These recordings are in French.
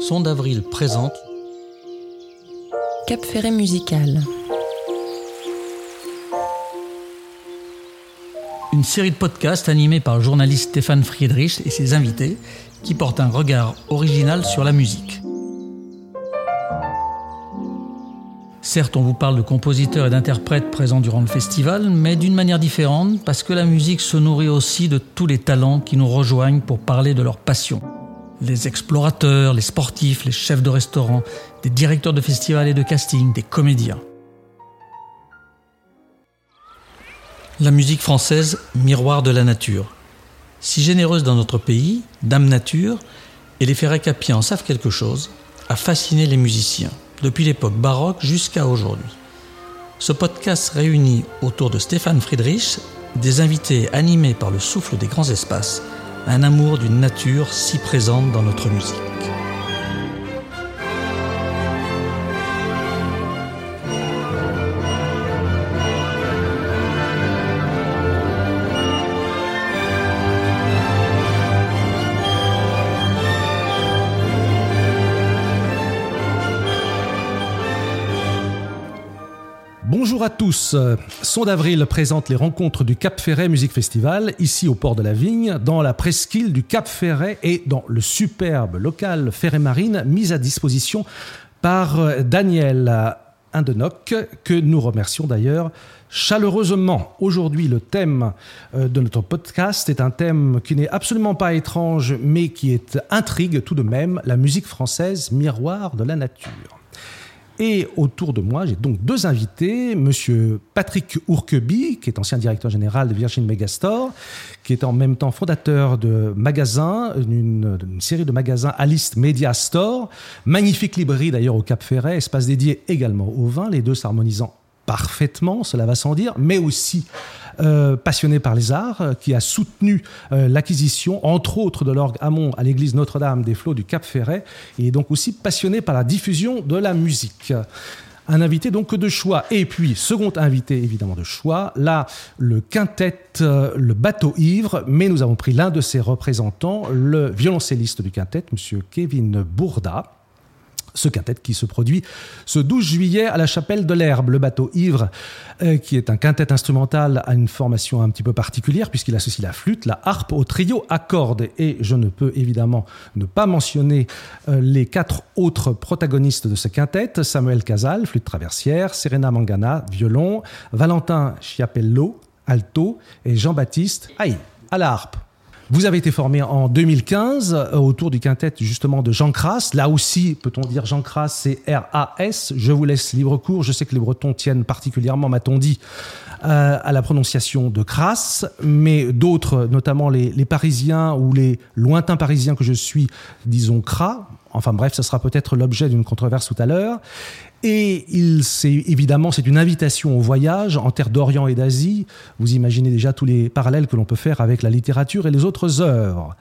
Son d'Avril présente Cap Ferret musical. Une série de podcasts animés par le journaliste Stéphane Friedrich et ses invités qui portent un regard original sur la musique. Certes, on vous parle de compositeurs et d'interprètes présents durant le festival, mais d'une manière différente parce que la musique se nourrit aussi de tous les talents qui nous rejoignent pour parler de leur passion. Les explorateurs, les sportifs, les chefs de restaurant, des directeurs de festivals et de casting, des comédiens. La musique française, miroir de la nature. Si généreuse dans notre pays, Dame Nature, et les Ferré-Capiens en savent quelque chose, a fasciné les musiciens, depuis l'époque baroque jusqu'à aujourd'hui. Ce podcast réunit autour de Stéphane Friedrich des invités animés par le souffle des grands espaces, un amour d'une nature si présente dans notre musique. Bonjour à tous, Son d'Avril présente les rencontres du Cap Ferret Music Festival, ici au port de la Vigne, dans la presqu'île du Cap Ferret et dans le superbe local Ferret Marine mis à disposition par Daniel Indenoc, que nous remercions d'ailleurs chaleureusement. Aujourd'hui, le thème de notre podcast est un thème qui n'est absolument pas étrange, mais qui est intrigue tout de même, la musique française, miroir de la nature. Et autour de moi, j'ai donc deux invités, monsieur Patrick Ourqueby, qui est ancien directeur général de Virgin Megastore, qui est en même temps fondateur de magasins, une série de magasins Alice Media Store, magnifique librairie d'ailleurs au Cap Ferret, espace dédié également au vin, les deux s'harmonisant parfaitement, cela va sans dire, mais aussi passionné par les arts, qui a soutenu l'acquisition, entre autres, de l'orgue Hamon à l'église Notre-Dame des Flots du Cap Ferret, et est donc aussi passionné par la diffusion de la musique. Un invité donc de choix. Et puis, second invité évidemment de choix, là, le quintet, le bateau ivre, mais nous avons pris l'un de ses représentants, le violoncelliste du quintet, monsieur Kevin Bourda. Ce quintet qui se produit ce 12 juillet à la Chapelle de l'Herbe, le bateau ivre, qui est un quintet instrumental à une formation un petit peu particulière puisqu'il associe la flûte, la harpe au trio à cordes. Et je ne peux évidemment ne pas mentionner les quatre autres protagonistes de ce quintet: Samuel Casal, flûte traversière, Serena Mangana, violon, Valentin Chiapello, alto, et Jean-Baptiste Haï, à la harpe. Vous avez été formé en 2015 autour du quintet justement de Jean Crass. Là aussi, peut-on dire Jean Crass, c'est R-A-S. Je vous laisse libre cours. Je sais que les Bretons tiennent particulièrement, m'a-t-on dit, à la prononciation de Crass, mais d'autres, notamment les Parisiens ou les lointains Parisiens que je suis, disons Cras. Enfin bref, ça sera peut-être l'objet d'une controverse tout à l'heure. Et c'est une invitation au voyage en terre d'Orient et d'Asie. Vous imaginez déjà tous les parallèles que l'on peut faire avec la littérature et les autres œuvres.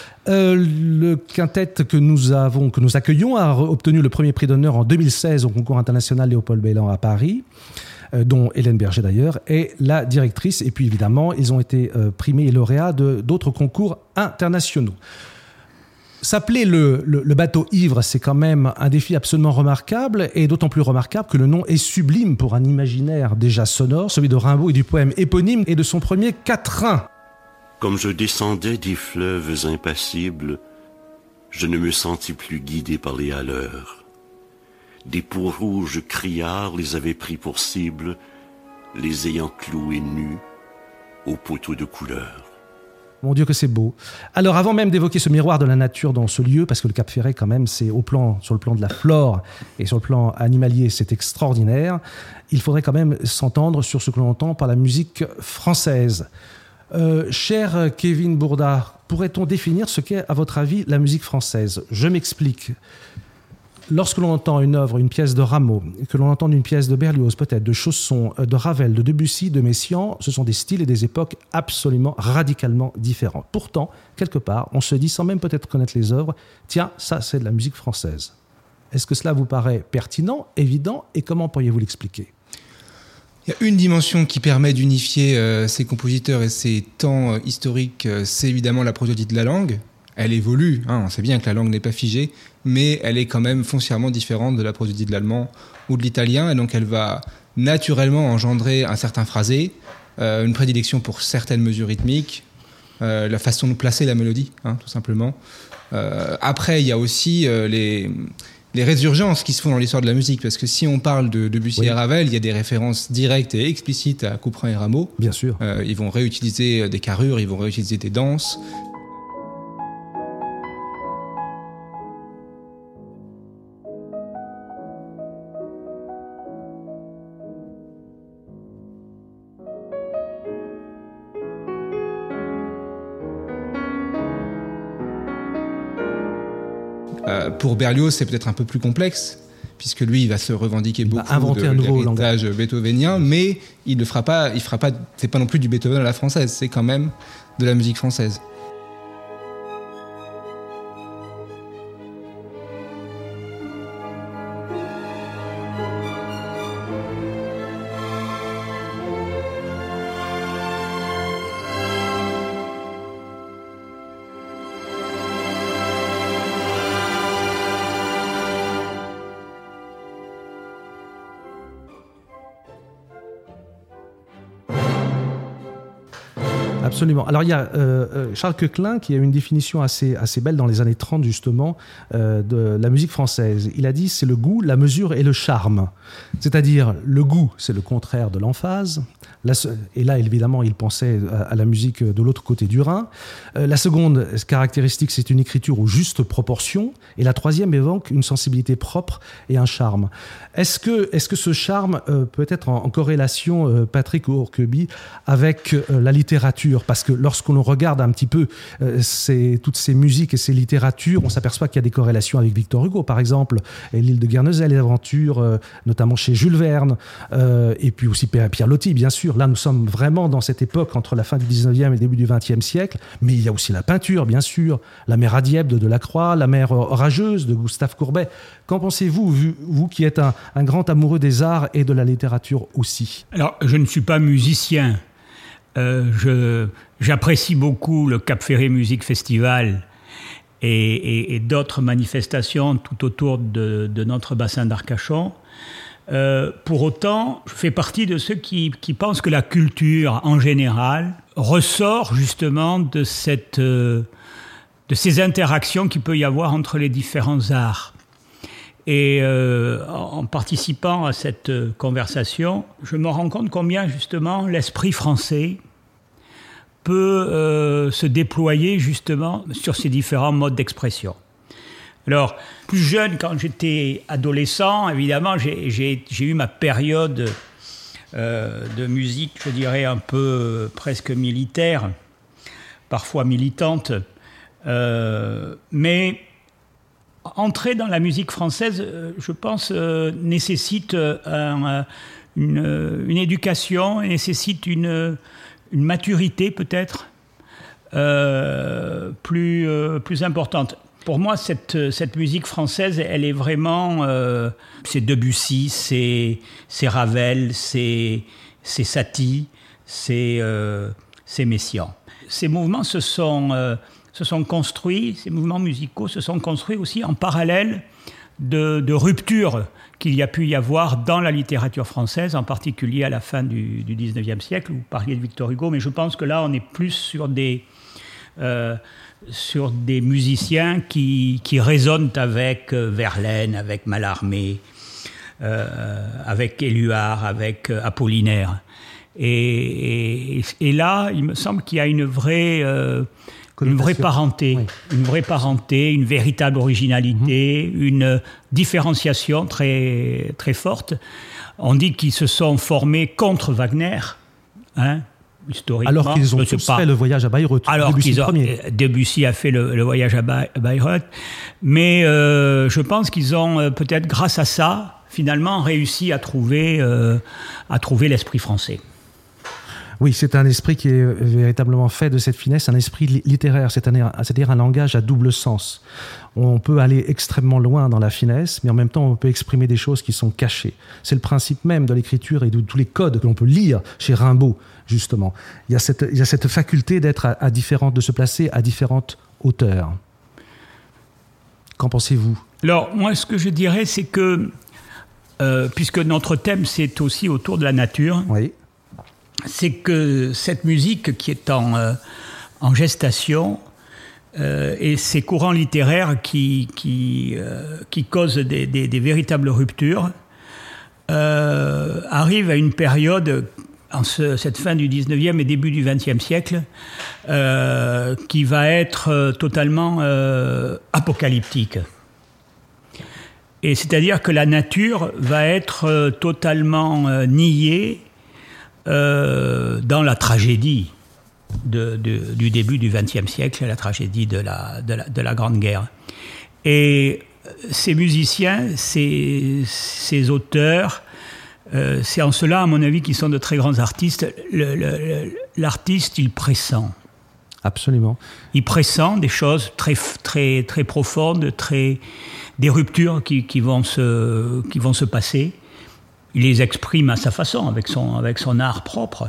Le quintet que nous accueillons a obtenu le premier prix d'honneur en 2016 au concours international Léopold Bellan à Paris, dont Hélène Berger d'ailleurs est la directrice. Et puis évidemment, ils ont été primés et lauréats d'autres concours internationaux. S'appeler le bateau ivre, c'est quand même un défi absolument remarquable, et d'autant plus remarquable que le nom est sublime pour un imaginaire déjà sonore, celui de Rimbaud et du poème éponyme et de son premier quatrain. Comme je descendais des fleuves impassibles, je ne me sentis plus guidé par les haleurs. Des peaux rouges criards les avaient pris pour cible, les ayant cloués nus aux poteaux de couleur. Mon Dieu que c'est beau. Alors avant même d'évoquer ce miroir de la nature dans ce lieu, parce que le Cap Ferret quand même, c'est sur le plan de la flore et sur le plan animalier, c'est extraordinaire, il faudrait quand même s'entendre sur ce que l'on entend par la musique française. Cher Kevin Bourda, pourrait-on définir ce qu'est à votre avis la musique française ? Je m'explique. Lorsque l'on entend une œuvre, une pièce de Rameau, que l'on entend une pièce de Berlioz, peut-être, de Chausson, de Ravel, de Debussy, de Messiaen, ce sont des styles et des époques absolument radicalement différents. Pourtant, quelque part, on se dit, sans même peut-être connaître les œuvres, tiens, ça c'est de la musique française. Est-ce que cela vous paraît pertinent, évident, et comment pourriez-vous l'expliquer ? Il y a une dimension qui permet d'unifier ces compositeurs et ces temps historiques, c'est évidemment la prosodie de la langue. elle évolue, on sait bien que la langue n'est pas figée, mais elle est quand même foncièrement différente de la prosodie de l'allemand ou de l'italien, et donc elle va naturellement engendrer un certain phrasé, une prédilection pour certaines mesures rythmiques, la façon de placer la mélodie, tout simplement. Après, il y a aussi les résurgences qui se font dans l'histoire de la musique, parce que si on parle de Debussy et Ravel, il y a des références directes et explicites à Couperin et Rameau. Bien sûr. Ils vont réutiliser des carrures, ils vont réutiliser des danses. Pour Berlioz, c'est peut-être un peu plus complexe, puisque lui, il va se revendiquer beaucoup de l'héritage beethovenien, mais il ne fera pas, c'est pas non plus du Beethoven à la française, c'est quand même de la musique française. Absolument. Alors il y a Charles Koechlin qui a une définition assez belle dans les années 30 justement de la musique française. Il a dit c'est le goût, la mesure et le charme. C'est-à-dire le goût, c'est le contraire de l'emphase. Et là évidemment il pensait à la musique de l'autre côté du Rhin. La seconde caractéristique, c'est une écriture aux justes proportions. Et la troisième évoque une sensibilité propre et un charme. Est-ce que ce charme peut être en corrélation, Patrick Hourqueby, avec la littérature? Parce que lorsqu'on regarde un petit peu toutes ces musiques et ces littératures, on s'aperçoit qu'il y a des corrélations avec Victor Hugo, par exemple, et l'île de Guernesey, les aventures, notamment chez Jules Verne, et puis aussi Pierre Loti, bien sûr. Là, nous sommes vraiment dans cette époque entre la fin du 19e et début du 20e siècle, mais il y a aussi la peinture, bien sûr, la mer Adièbe de Delacroix, la mer orageuse de Gustave Courbet. Qu'en pensez-vous, vous qui êtes un grand amoureux des arts et de la littérature aussi? Alors, je ne suis pas musicien. J'apprécie beaucoup le Cap Ferré Musique Festival et d'autres manifestations tout autour de notre bassin d'Arcachon. Pour autant, je fais partie de ceux qui pensent que la culture, en général, ressort justement de ces interactions qu'il peut y avoir entre les différents arts. Et en participant à cette conversation, je me rends compte combien justement l'esprit français peut se déployer justement sur ces différents modes d'expression. Alors, plus jeune, quand j'étais adolescent, évidemment, j'ai eu ma période de musique, je dirais, un peu presque militaire, parfois militante, mais entrer dans la musique française, je pense, nécessite une éducation, nécessite une maturité peut-être plus importante. Pour moi, cette musique française, elle est vraiment... c'est Debussy, c'est Ravel, c'est Satie, c'est Messiaen. Ces mouvements se sont construits, ces mouvements musicaux se sont construits aussi en parallèle de ruptures qu'il y a pu y avoir dans la littérature française, en particulier à la fin du 19e siècle. Vous parliez de Victor Hugo, mais je pense que là, on est plus sur des musiciens qui résonnent avec Verlaine, avec Mallarmé, avec Éluard, avec Apollinaire. Et là, il me semble qu'il y a une vraie parenté, oui. Une vraie parenté, une véritable originalité, une différenciation très, très forte. On dit qu'ils se sont formés contre Wagner, historiquement. Alors qu'ils ont tous fait le voyage à Bayreuth. Debussy a fait le voyage à Bayreuth. Mais je pense qu'ils ont peut-être, grâce à ça, finalement réussi à trouver l'esprit français. Oui, c'est un esprit qui est véritablement fait de cette finesse, un esprit littéraire, c'est-à-dire un langage à double sens. On peut aller extrêmement loin dans la finesse, mais en même temps, on peut exprimer des choses qui sont cachées. C'est le principe même de l'écriture et de tous les codes que l'on peut lire chez Rimbaud, justement. Il y a cette faculté d'être de se placer à différentes auteur. Qu'en pensez-vous ? Alors, moi, ce que je dirais, c'est que, puisque notre thème, c'est aussi autour de la nature, Oui. c'est que cette musique qui est en gestation, et ces courants littéraires qui causent des véritables ruptures, arrivent à une période, cette fin du 19e et début du 20e siècle, qui va être totalement apocalyptique. Et c'est-à-dire que la nature va être totalement niée dans la tragédie du début du XXe siècle, la tragédie de la Grande Guerre. Et ces musiciens, ces auteurs, c'est en cela, à mon avis, qu'ils sont de très grands artistes. L'artiste, il pressent. Absolument. Il pressent des choses très, très, très profondes, des ruptures qui vont se passer. Il les exprime à sa façon, avec son art propre.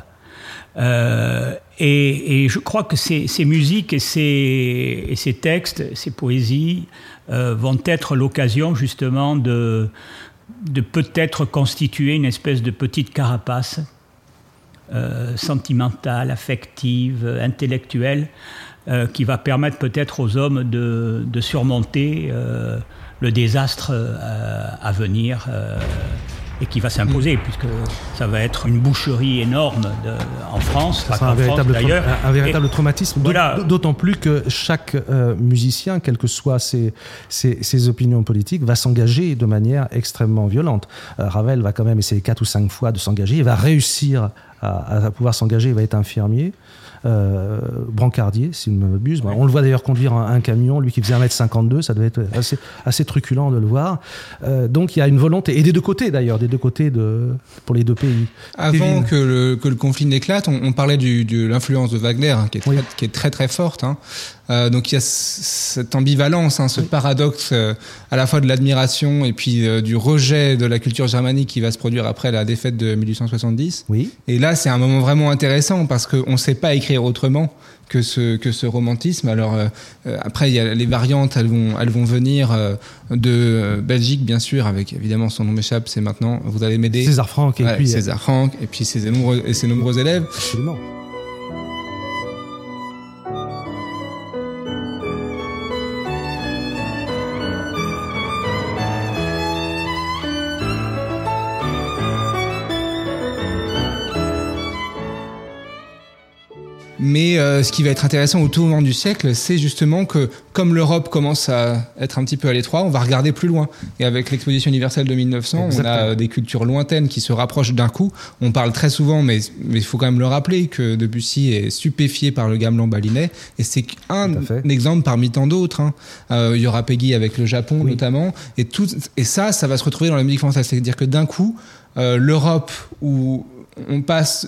Et je crois que ces musiques et ces textes, ces poésies vont être l'occasion justement de peut-être constituer une espèce de petite carapace sentimentale, affective, intellectuelle, qui va permettre peut-être aux hommes de surmonter le désastre à venir et qui va s'imposer, puisque ça va être une boucherie énorme en France, ça sera un véritable traumatisme, voilà. D'autant plus que chaque musicien, quelles que soient ses opinions politiques, va s'engager de manière extrêmement violente. Ravel va quand même essayer 4 ou 5 fois de s'engager, il va réussir à pouvoir s'engager, il va être infirmier. Brancardier, si je ne m'abuse. Ouais. On le voit d'ailleurs conduire un camion, lui qui faisait 1m52, ça devait être assez truculent de le voir. Donc il y a une volonté, et des deux côtés d'ailleurs, pour les deux pays. Avant que le conflit n'éclate, on parlait de l'influence de Wagner, hein, qui est très très forte. Hein. Donc il y a cette ambivalence, hein, ce paradoxe à la fois de l'admiration et puis du rejet de la culture germanique qui va se produire après la défaite de 1870. Oui. Et là, c'est un moment vraiment intéressant parce qu'on ne sait pas écrire autrement que ce romantisme. Alors après, il y a les variantes, elles vont venir de Belgique, bien sûr, avec évidemment son nom m'échappe, c'est maintenant, vous allez m'aider. César Franck et puis César Franck et puis ses nombreux élèves. Absolument. Mais ce qui va être intéressant au tournant du siècle, c'est justement que, comme l'Europe commence à être un petit peu à l'étroit, on va regarder plus loin. Et avec l'exposition universelle de 1900, exactement. On a des cultures lointaines qui se rapprochent d'un coup. On parle très souvent, mais il faut quand même le rappeler, que Debussy est stupéfié par le gamelan balinais. Et c'est un exemple parmi tant d'autres. Hein. Il y aura Peggy avec le Japon, notamment. Et ça va se retrouver dans la musique française. C'est-à-dire que d'un coup, l'Europe, où on passe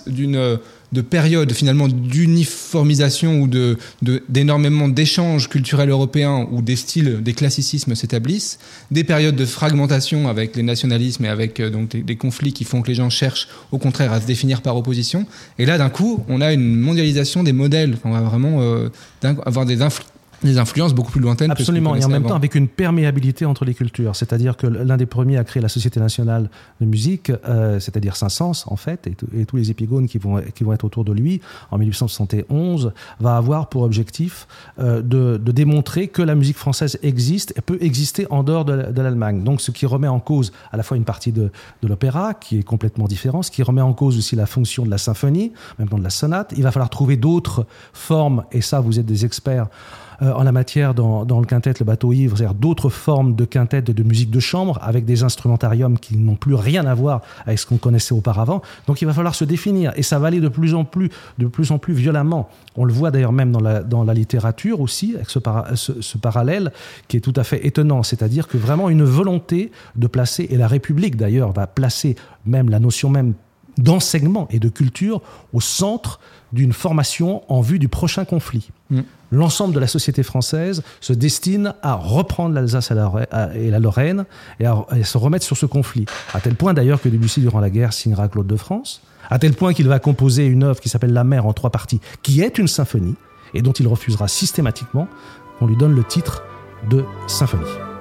de périodes finalement d'uniformisation ou d'énormément d'échanges culturels européens où des styles, des classicismes s'établissent, des périodes de fragmentation avec les nationalismes et avec donc des conflits qui font que les gens cherchent au contraire à se définir par opposition. Et là d'un coup, on a une mondialisation des modèles. On va vraiment avoir des influences beaucoup plus lointaines. Absolument, et en même temps avec une perméabilité entre les cultures. C'est-à-dire que l'un des premiers à créer la Société nationale de musique, c'est-à-dire Saint-Saëns en fait, et tous les épigones qui vont être autour de lui, en 1871, va avoir pour objectif de démontrer que la musique française existe et peut exister en dehors de l'Allemagne. Donc ce qui remet en cause à la fois une partie de l'opéra, qui est complètement différent, ce qui remet en cause aussi la fonction de la symphonie, même de la sonate. Il va falloir trouver d'autres formes, et ça vous êtes des experts en la matière dans le quintet, le bateau ivre, c'est-à-dire d'autres formes de quintet de musique de chambre avec des instrumentariums qui n'ont plus rien à voir avec ce qu'on connaissait auparavant. Donc il va falloir se définir, et ça va aller de plus en plus violemment. On le voit d'ailleurs même dans la littérature aussi, avec ce parallèle qui est tout à fait étonnant, c'est-à-dire que vraiment une volonté de placer, et la République d'ailleurs va placer même la notion même d'enseignement et de culture au centre d'une formation en vue du prochain conflit. L'ensemble de la société française se destine à reprendre l'Alsace et la Lorraine et à se remettre sur ce conflit. À tel point d'ailleurs que Debussy, durant la guerre, signera Claude de France, à tel point qu'il va composer une œuvre qui s'appelle La Mer en 3 parties, qui est une symphonie. et dont il refusera systématiquement qu'on lui donne le titre de symphonie.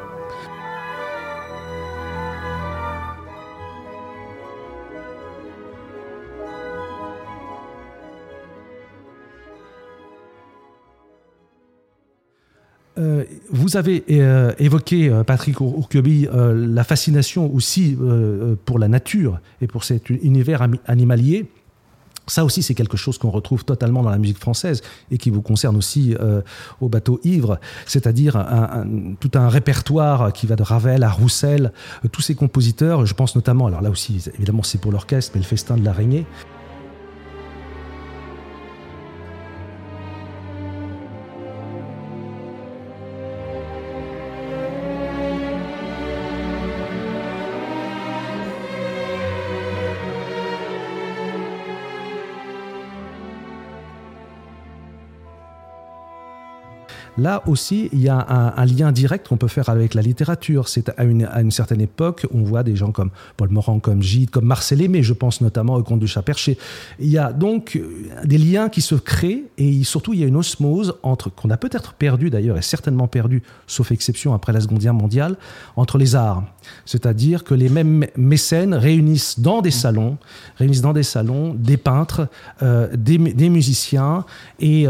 Vous avez évoqué, Patrick Ourquebille, la fascination aussi pour la nature et pour cet univers animalier. Ça aussi, c'est quelque chose qu'on retrouve totalement dans la musique française et qui vous concerne aussi au Bateau Ivre, c'est-à-dire tout un répertoire qui va de Ravel à Roussel, tous ces compositeurs, je pense notamment, alors là aussi, évidemment, c'est pour l'orchestre, mais le Festin de l'araignée. Là aussi, il y a un lien direct qu'on peut faire avec la littérature. C'est à une certaine époque, on voit des gens comme Paul Morand, comme Gide, comme Marcel Aimé, je pense notamment au Comte de Chat-Perché. Il y a donc des liens qui se créent et surtout, il y a une osmose qu'on a peut-être perdu d'ailleurs, et certainement perdu, sauf exception après la Seconde Guerre mondiale, entre les arts. C'est-à-dire que les mêmes mécènes réunissent dans des salons des peintres, des musiciens et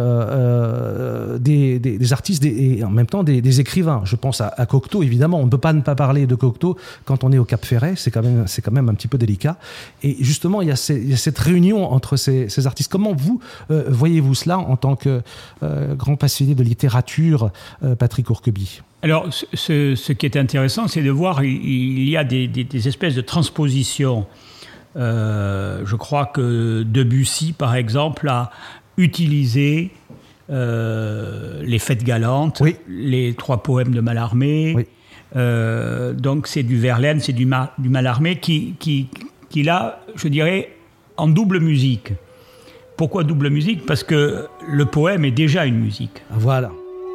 des artistes et en même temps des écrivains. Je pense à Cocteau, évidemment. On ne peut pas ne pas parler de Cocteau quand on est au Cap Ferret. C'est quand même un petit peu délicat. Et justement, il y a cette réunion entre ces artistes. Comment vous voyez-vous cela en tant que grand passionné de littérature, Patrick Ourquebille ? Alors, ce qui est intéressant, c'est de voir il y a des espèces de transpositions. Je crois que Debussy, par exemple, a utilisé les Fêtes galantes, oui. Les 3 poèmes de Mallarmé. Oui. Donc c'est du Verlaine, c'est du Mallarmé qui l'a, je dirais, en double musique. Pourquoi double musique ? Parce que le poème est déjà une musique. Voilà.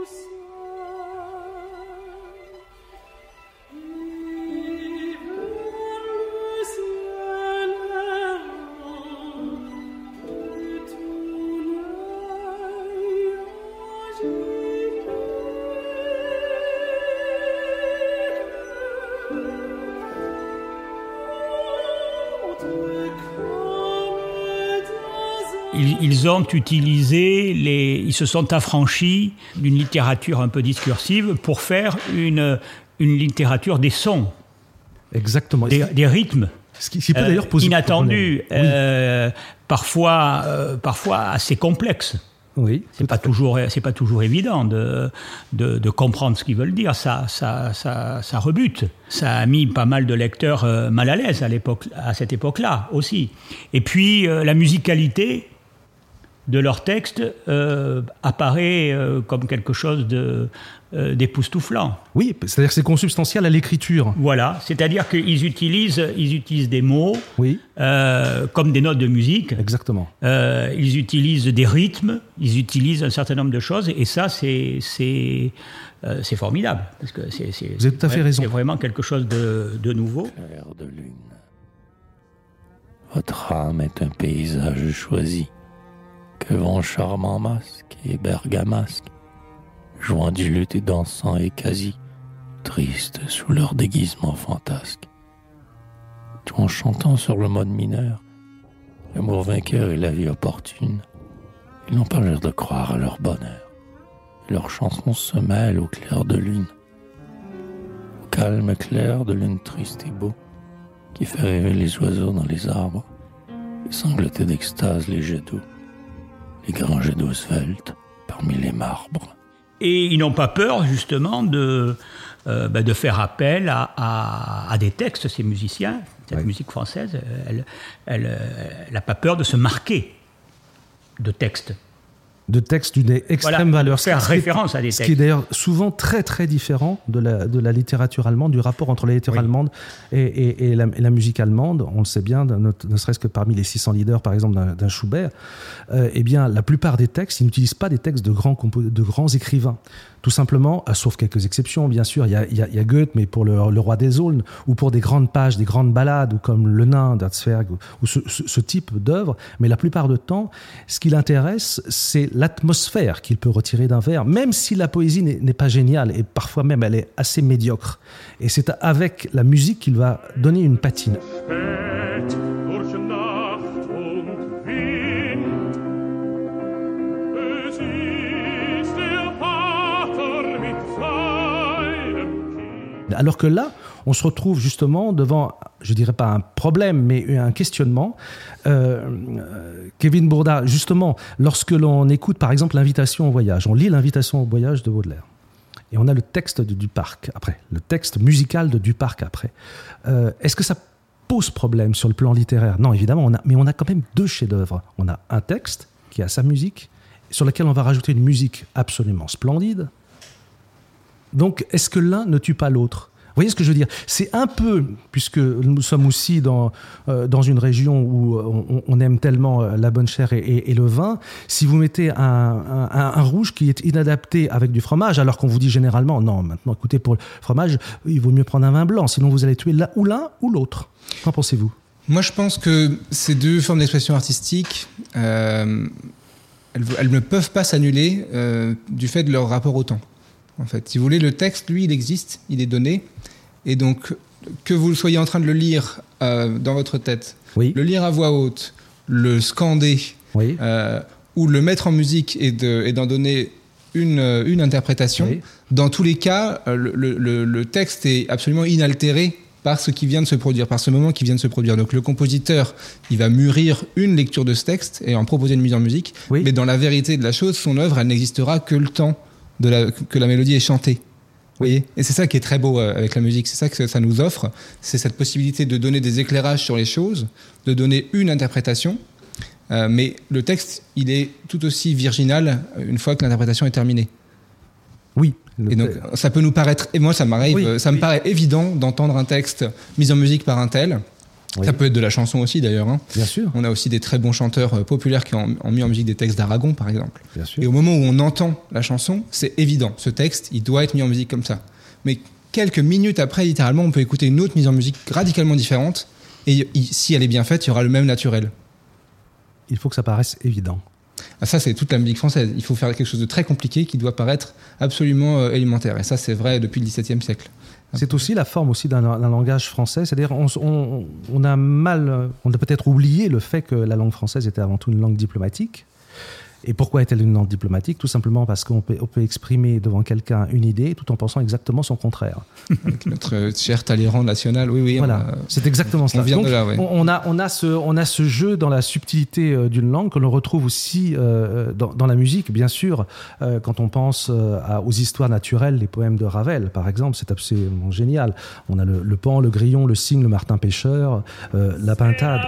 Ils se sont affranchis d'une littérature un peu discursive pour faire une littérature des sons. Exactement. Des rythmes. Ce qui peut d'ailleurs poser inattendus, parfois assez complexes. Oui. C'est pas toujours évident de comprendre ce qu'ils veulent dire. Ça rebute. Ça a mis pas mal de lecteurs mal à l'aise à cette époque-là aussi. Et puis la musicalité de leur texte apparaît comme quelque chose d'époustouflant. Oui, c'est-à-dire que c'est consubstantiel à l'écriture. Voilà, c'est-à-dire qu'ils utilisent des mots oui. Comme des notes de musique. Exactement. Ils utilisent des rythmes, ils utilisent un certain nombre de choses, et ça, c'est formidable. Parce que vous avez tout à fait raison. C'est vraiment quelque chose de nouveau. Clair de lune. Votre âme est un paysage choisi. Que vont charmants masques et bergamasques, jouant du luth et dansant et quasi, tristes sous leur déguisement fantasque. Tout en chantant sur le mode mineur, l'amour vainqueur et la vie opportune, ils n'ont pas l'air de croire à leur bonheur. Leurs chansons se mêlent au clair de lune, au calme clair de lune triste et beau, qui fait rêver les oiseaux dans les arbres, et sangloter d'extase les jets d'eau. Les grands jets d'eau sveltes parmi les marbres. Et ils n'ont pas peur, justement, de faire appel à des textes, ces musiciens. Cette musique française, elle n'a pas peur de se marquer de textes. De textes d'une extrême valeur. Faire référence à des textes. Ce qui est d'ailleurs souvent très très différent de la littérature allemande, du rapport entre la littérature allemande et la musique allemande. On le sait bien, ne serait-ce que parmi les 600 leaders, par exemple, d'un Schubert, eh bien, la plupart des textes, ils n'utilisent pas des textes de grands écrivains. Tout simplement, sauf quelques exceptions, bien sûr, il y a Goethe, mais pour le Roi des Aulnes, ou pour des grandes pages, des grandes ballades, ou comme Le Nain d'Herzberg, ou ce type d'œuvre. Mais la plupart du temps, ce qui l'intéresse, c'est l'atmosphère qu'il peut retirer d'un vers, même si la poésie n'est pas géniale, et parfois même elle est assez médiocre. Et c'est avec la musique qu'il va donner une patine. Alors que là, on se retrouve justement devant, je dirais pas un problème, mais un questionnement. Kevin Bourdin, justement, lorsque l'on écoute par exemple l'Invitation au voyage, on lit l'Invitation au voyage de Baudelaire, et on a le texte de Duparc après, le texte musical de Duparc après. Est-ce que ça pose problème sur le plan littéraire ? Non, évidemment, mais on a quand même deux chefs-d'œuvre. On a un texte qui a sa musique, sur lequel on va rajouter une musique absolument splendide. Donc, est-ce que l'un ne tue pas l'autre ? Vous voyez ce que je veux dire ? C'est un peu, puisque nous sommes aussi dans une région où on aime tellement la bonne chair et le vin, si vous mettez un rouge qui est inadapté avec du fromage, alors qu'on vous dit généralement, non, maintenant, écoutez, pour le fromage, il vaut mieux prendre un vin blanc, sinon vous allez tuer l'un ou l'autre. Qu'en pensez-vous ? Moi, je pense que ces deux formes d'expression artistique, elles ne peuvent pas s'annuler du fait de leur rapport au temps. En fait, si vous voulez, le texte, lui, il existe, il est donné. Et donc, que vous soyez en train de le lire dans votre tête, oui, le lire à voix haute, le scander, oui, ou le mettre en musique et d'en donner une interprétation, oui, dans tous les cas, le texte est absolument inaltéré par ce qui vient de se produire, par ce moment qui vient de se produire. Donc le compositeur, il va mûrir une lecture de ce texte et en proposer une mise en musique, oui, mais dans la vérité de la chose, son œuvre, elle n'existera que le temps que la mélodie est chantée. Vous voyez ? Et c'est ça qui est très beau avec la musique, c'est ça que ça nous offre, c'est cette possibilité de donner des éclairages sur les choses, de donner une interprétation, mais le texte, il est tout aussi virginal une fois que l'interprétation est terminée. Oui. Et donc, ça peut nous paraître, et moi ça m'arrive, oui, ça me paraît évident d'entendre un texte mis en musique par un tel. Oui. Ça peut être de la chanson aussi d'ailleurs. Hein. Bien sûr. On a aussi des très bons chanteurs populaires qui ont mis en musique des textes d'Aragon par exemple. Bien sûr. Et au moment où on entend la chanson, c'est évident. Ce texte, il doit être mis en musique comme ça. Mais quelques minutes après, littéralement, on peut écouter une autre mise en musique radicalement différente. Et si elle est bien faite, il y aura le même naturel. Il faut que ça paraisse évident. Ah, ça, c'est toute la musique française. Il faut faire quelque chose de très compliqué qui doit paraître absolument élémentaire. Et ça, c'est vrai depuis le XVIIe siècle. C'est aussi la forme aussi d'un langage français. C'est-à-dire, on a peut-être oublié le fait que la langue française était avant tout une langue diplomatique. Et pourquoi est-elle une langue diplomatique ? Tout simplement parce qu'on peut exprimer devant quelqu'un une idée tout en pensant exactement son contraire. Avec notre cher Talleyrand national, oui. Voilà, c'est exactement cela. On vient donc, de là, oui. on a ce jeu dans la subtilité d'une langue que l'on retrouve aussi dans la musique, bien sûr. Quand on pense aux histoires naturelles, les poèmes de Ravel, par exemple, c'est absolument génial. On a le Pan, le Grillon, le Cygne, le Martin Pêcheur, la Pintade.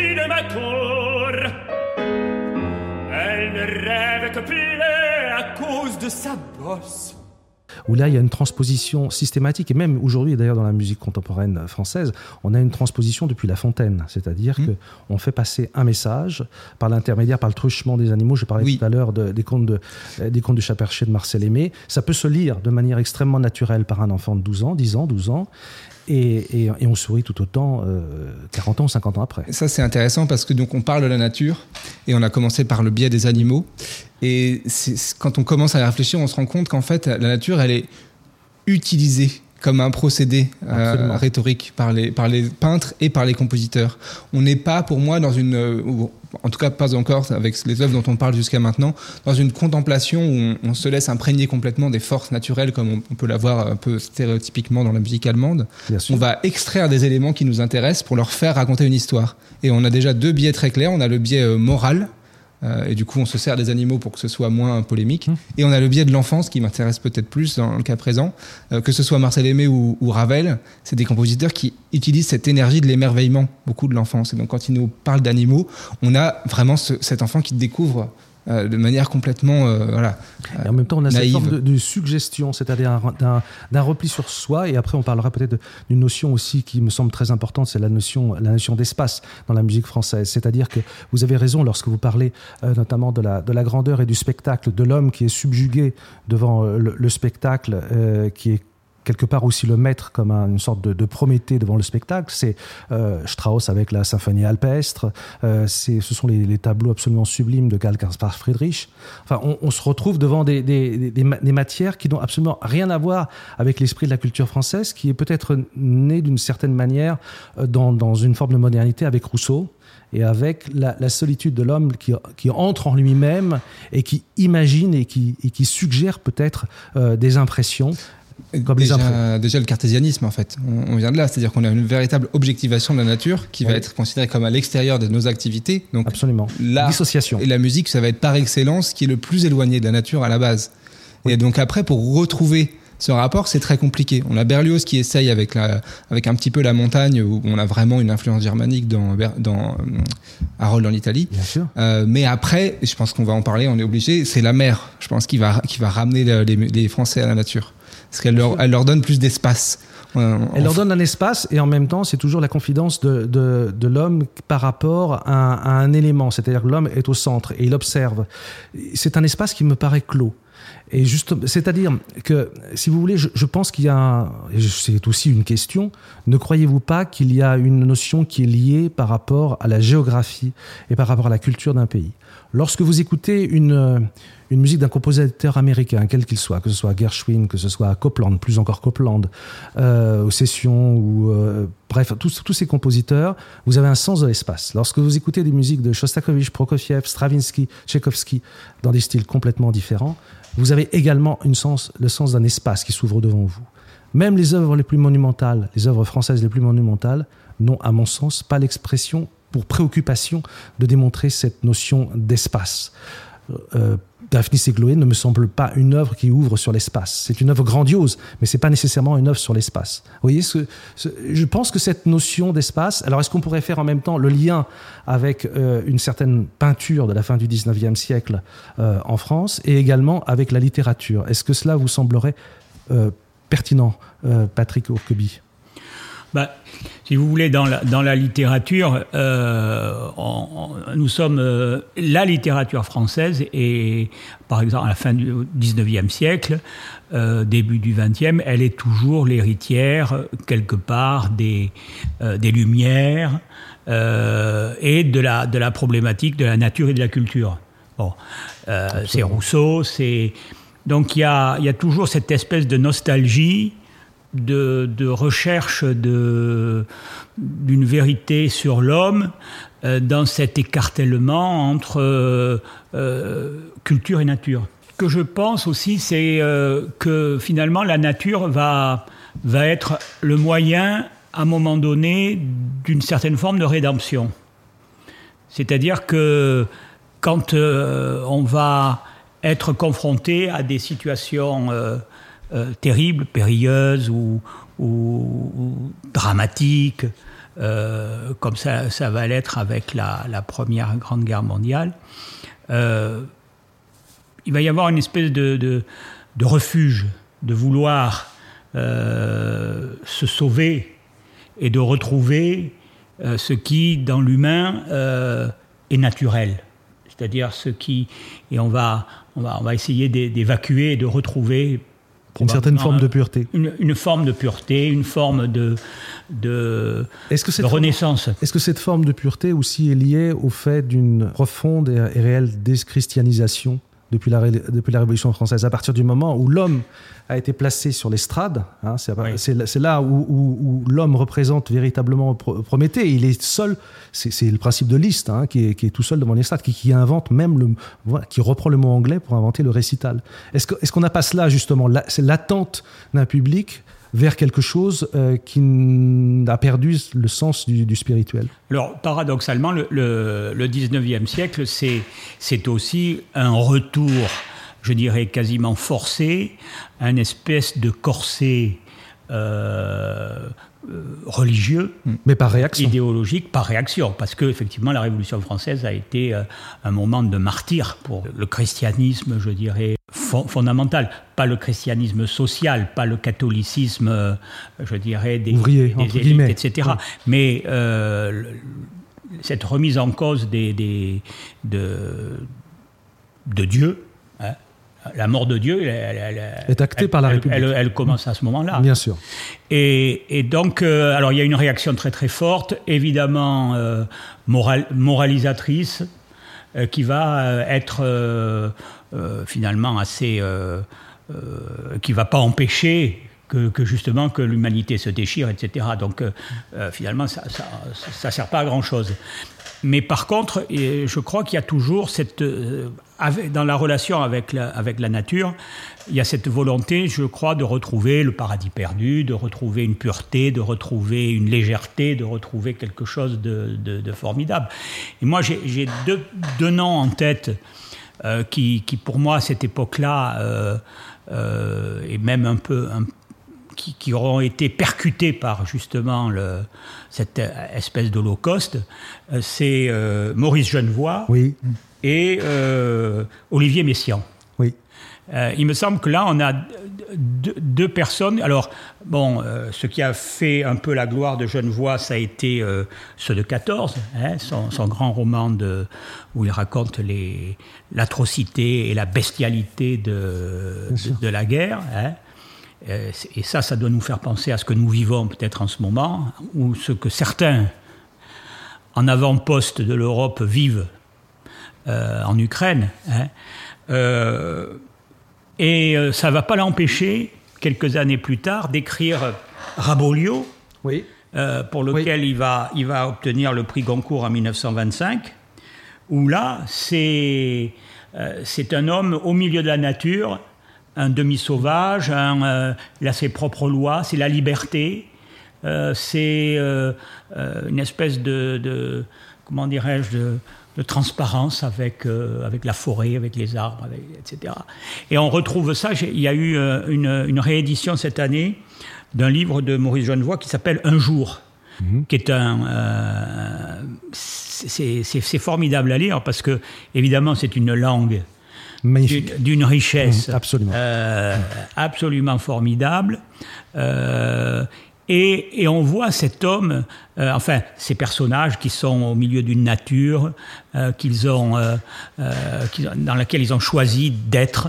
Rêve que plaît à cause de sa bosse. Où là, il y a une transposition systématique, et même aujourd'hui, d'ailleurs, dans la musique contemporaine française, on a une transposition depuis La Fontaine, c'est-à-dire qu'on fait passer un message par l'intermédiaire, par le truchement des animaux. Je parlais tout à l'heure des contes du chat perché de Marcel Aimé. Ça peut se lire de manière extrêmement naturelle par un enfant de 12 ans, 10 ans, 12 ans, et on sourit tout autant 40 ans ou 50 ans après. Ça, c'est intéressant parce que donc on parle de la nature et on a commencé par le biais des animaux. Et quand on commence à y réfléchir, on se rend compte qu'en fait, la nature, elle est utilisée comme un procédé rhétorique par les peintres et par les compositeurs. On n'est pas, pour moi, dans une... en tout cas pas encore avec les œuvres dont on parle jusqu'à maintenant, dans une contemplation où on se laisse imprégner complètement des forces naturelles comme on peut l'avoir un peu stéréotypiquement dans la musique allemande. On va extraire des éléments qui nous intéressent pour leur faire raconter une histoire. Et on a déjà deux biais très clairs. On a le biais moral, et du coup on se sert des animaux pour que ce soit moins polémique, et on a le biais de l'enfance qui m'intéresse peut-être plus dans le cas présent, que ce soit Marcel Aimé ou Ravel, c'est des compositeurs qui utilisent cette énergie de l'émerveillement beaucoup de l'enfance, et donc quand ils nous parlent d'animaux, on a vraiment cet enfant qui découvre de manière complètement et en même temps on a naïve. cette forme de suggestion, c'est-à-dire d'un repli sur soi, et après on parlera peut-être d'une notion aussi qui me semble très importante, c'est la notion d'espace dans la musique française. C'est-à-dire que vous avez raison lorsque vous parlez notamment de la grandeur et du spectacle, de l'homme qui est subjugué devant le spectacle, qui est quelque part aussi le mettre comme une sorte de Prométhée devant le spectacle. C'est Strauss avec la symphonie alpestre, ce sont les tableaux absolument sublimes de Carl Caspar Friedrich. Enfin, on se retrouve devant des matières qui n'ont absolument rien à voir avec l'esprit de la culture française, qui est peut-être né d'une certaine manière dans une forme de modernité avec Rousseau, et avec la solitude de l'homme qui entre en lui-même et qui imagine et qui suggère peut-être des impressions. Comme déjà le cartésianisme, en fait. On vient de là, c'est-à-dire qu'on a une véritable objectivation de la nature qui va être considérée comme à l'extérieur de nos activités. Donc, absolument. Dissociation. Et la musique, ça va être par excellence qui est le plus éloigné de la nature à la base. Oui. Et donc après, pour retrouver ce rapport, c'est très compliqué. On a Berlioz qui essaye avec un petit peu la montagne, où on a vraiment une influence germanique dans Harold en Italie. Bien sûr. Mais après, je pense qu'on va en parler, on est obligé, c'est la mer, je pense, qui va ramener les Français à la nature. Parce qu'elle leur donne plus d'espace. Elle leur donne un espace, et en même temps, c'est toujours la confidence de l'homme par rapport à un élément. C'est-à-dire que l'homme est au centre et il observe. C'est un espace qui me paraît clos. Et c'est-à-dire que, si vous voulez, je pense qu'il y a, c'est aussi une question, ne croyez-vous pas qu'il y a une notion qui est liée par rapport à la géographie et par rapport à la culture d'un pays ? Lorsque vous écoutez une musique d'un compositeur américain, quel qu'il soit, que ce soit Gershwin, que ce soit Copland, plus encore Copland, ou Session, ou bref, tous ces compositeurs, vous avez un sens de l'espace. Lorsque vous écoutez des musiques de Shostakovich, Prokofiev, Stravinsky, Tchaïkovski, dans des styles complètement différents, vous avez également le sens d'un espace qui s'ouvre devant vous. Même les œuvres les plus monumentales, les œuvres françaises les plus monumentales, n'ont, à mon sens, pas l'expression pour préoccupation de démontrer cette notion d'espace. Daphnis et Chloé ne me semble pas une œuvre qui ouvre sur l'espace. C'est une œuvre grandiose, mais c'est pas nécessairement une œuvre sur l'espace. Vous voyez, je pense que cette notion d'espace, alors est-ce qu'on pourrait faire en même temps le lien avec une certaine peinture de la fin du 19e siècle en France, et également avec la littérature? Est-ce que cela vous semblerait pertinent, Patrick Ourqueby? Si vous voulez, dans la littérature, nous sommes la littérature française, et par exemple à la fin du 19e siècle, début du 20e, elle est toujours l'héritière quelque part des Lumières et de la problématique de la nature et de la culture. Bon, c'est Rousseau, donc il y a toujours cette espèce de nostalgie, de recherche d'une vérité sur l'homme dans cet écartèlement entre culture et nature. Ce que je pense aussi, c'est que finalement la nature va être le moyen, à un moment donné, d'une certaine forme de rédemption. C'est-à-dire que quand on va être confronté à des situations terribles, périlleuses ou dramatiques, comme ça va l'être avec la Première Grande Guerre mondiale, il va y avoir une espèce de refuge, de vouloir se sauver et de retrouver ce qui, dans l'humain, est naturel. C'est-à-dire ce qui... Et on va essayer d'évacuer et de retrouver... Une certaine forme de pureté. Une forme de pureté, une forme de renaissance. Est-ce que cette forme de pureté aussi est liée au fait d'une profonde et réelle déschristianisation depuis la Révolution française, à partir du moment où l'homme a été placé sur l'estrade, hein, c'est là où l'homme représente véritablement Prométhée. Il est seul, c'est le principe de Liszt, hein, qui est tout seul devant l'estrade, qui invente même qui reprend le mot anglais pour inventer le récital. Est-ce qu'on n'a pas cela justement, c'est l'attente d'un public vers quelque chose qui a perdu le sens du spirituel? Alors, paradoxalement, le 19e siècle, c'est aussi un retour, je dirais, quasiment forcé, à une espèce de corset religieux, mais par réaction, idéologique, par réaction, parce que effectivement la Révolution française a été un moment de martyre pour le christianisme, je dirais, fondamental, pas le christianisme social, pas le catholicisme, je dirais, des ouvriers, des élites, etc. Oui. Mais cette remise en cause de Dieu, hein, la mort de Dieu est actée par la République. Elle commence à ce moment-là. Bien sûr. Et donc, alors il y a une réaction très très forte, évidemment moralisatrice, qui va être finalement assez, qui va pas empêcher que justement que l'humanité se déchire, etc. Donc finalement ça sert pas à grand chose. Mais par contre, je crois qu'il y a toujours dans la relation avec la nature, il y a cette volonté, je crois, de retrouver le paradis perdu, de retrouver une pureté, de retrouver une légèreté, de retrouver quelque chose de formidable. Et moi, j'ai deux noms en tête qui pour moi, à cette époque-là, et même un peu... qui auront été percutés par justement cette espèce d'holocauste, c'est Maurice Genevoix et Olivier Messiaen. Oui. Il me semble que là, on a deux personnes. Alors, bon, ce qui a fait un peu la gloire de Genevoix, ça a été ceux de 14, son grand roman où il raconte l'atrocité et la bestialité de la guerre. Et ça doit nous faire penser à ce que nous vivons peut-être en ce moment, ou ce que certains en avant-poste de l'Europe vivent en Ukraine. Et ça ne va pas l'empêcher, quelques années plus tard, d'écrire Rabolio, pour lequel il va obtenir le prix Goncourt en 1925, où là, c'est un homme au milieu de la nature, un demi-sauvage, il a ses propres lois, c'est la liberté, c'est une espèce de comment dirais-je, de transparence avec la forêt, avec les arbres, etc. Et on retrouve ça, il y a eu une réédition cette année d'un livre de Maurice Genevoix qui s'appelle « Un jour », qui est c'est formidable à lire parce que, évidemment, c'est une langue d'une richesse absolument formidable. Et on voit cet homme, ces personnages qui sont au milieu d'une nature, dans laquelle ils ont choisi d'être,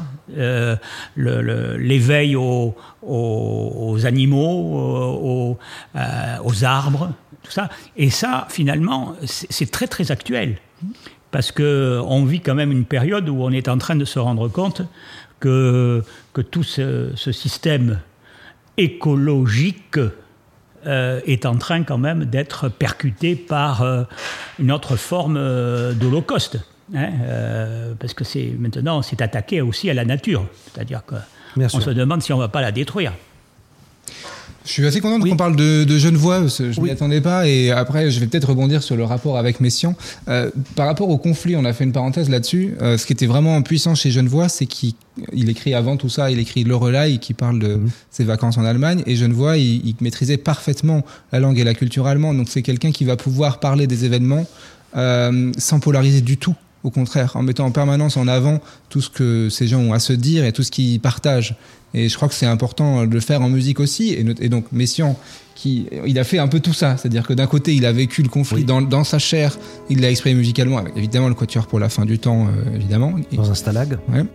l'éveil aux animaux, aux arbres, tout ça. Et ça, finalement, c'est très très actuel. Parce qu'on vit quand même une période où on est en train de se rendre compte que tout ce système écologique est en train quand même d'être percuté par une autre forme d'holocauste. Parce que maintenant, c'est attaqué aussi à la nature. C'est-à-dire qu'on se demande si on ne va pas la détruire. Je suis assez content qu'on parle de Genevoix, parce que je ne m'y attendais pas, et après je vais peut-être rebondir sur le rapport avec Messiaen. Par rapport au conflit, on a fait une parenthèse là-dessus, ce qui était vraiment puissant chez Genevoix, c'est qu'il écrit avant tout ça, il écrit Loreley qui parle de ses vacances en Allemagne, et Genevoix, il maîtrisait parfaitement la langue et la culture allemande, donc c'est quelqu'un qui va pouvoir parler des événements sans polariser du tout. Au contraire, en mettant en permanence en avant tout ce que ces gens ont à se dire et tout ce qu'ils partagent. Et je crois que c'est important de le faire en musique aussi. Et donc Messiaen, il a fait un peu tout ça. C'est-à-dire que d'un côté, il a vécu le conflit dans sa chair, il l'a exprimé musicalement, avec évidemment le Quatuor pour la fin du temps, évidemment. Dans un stalag. Ouais.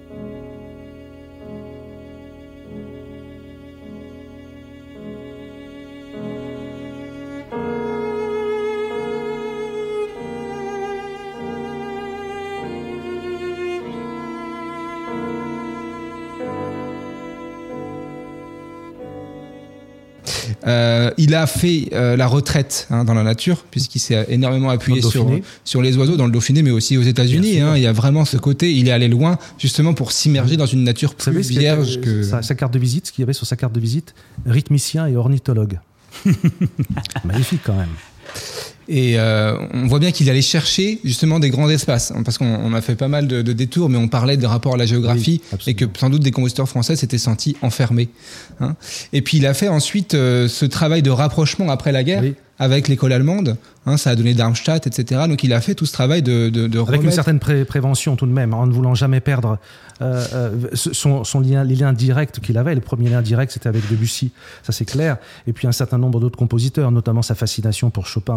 Il a fait la retraite dans la nature, puisqu'il s'est énormément appuyé sur les oiseaux dans le Dauphiné, mais aussi aux États-Unis. Il y a vraiment ce côté, il est allé loin, justement pour s'immerger dans une nature plus vierge que... Sa carte de visite, ce qu'il y avait sur sa carte de visite, rythmicien et ornithologue. Magnifique quand même. Et on voit bien qu'il allait chercher justement des grands espaces, parce qu'on a fait pas mal de détours, mais on parlait des rapports à la géographie, et que sans doute des compositeurs français s'étaient sentis enfermés. Et puis il a fait ensuite ce travail de rapprochement après la guerre avec l'école allemande, ça a donné Darmstadt, etc. Donc il a fait tout ce travail de avec une certaine prévention tout de même, en ne voulant jamais perdre son lien, les liens directs qu'il avait. Le premier lien direct, c'était avec Debussy, ça c'est clair. Et puis un certain nombre d'autres compositeurs, notamment sa fascination pour Chopin. J'ai lu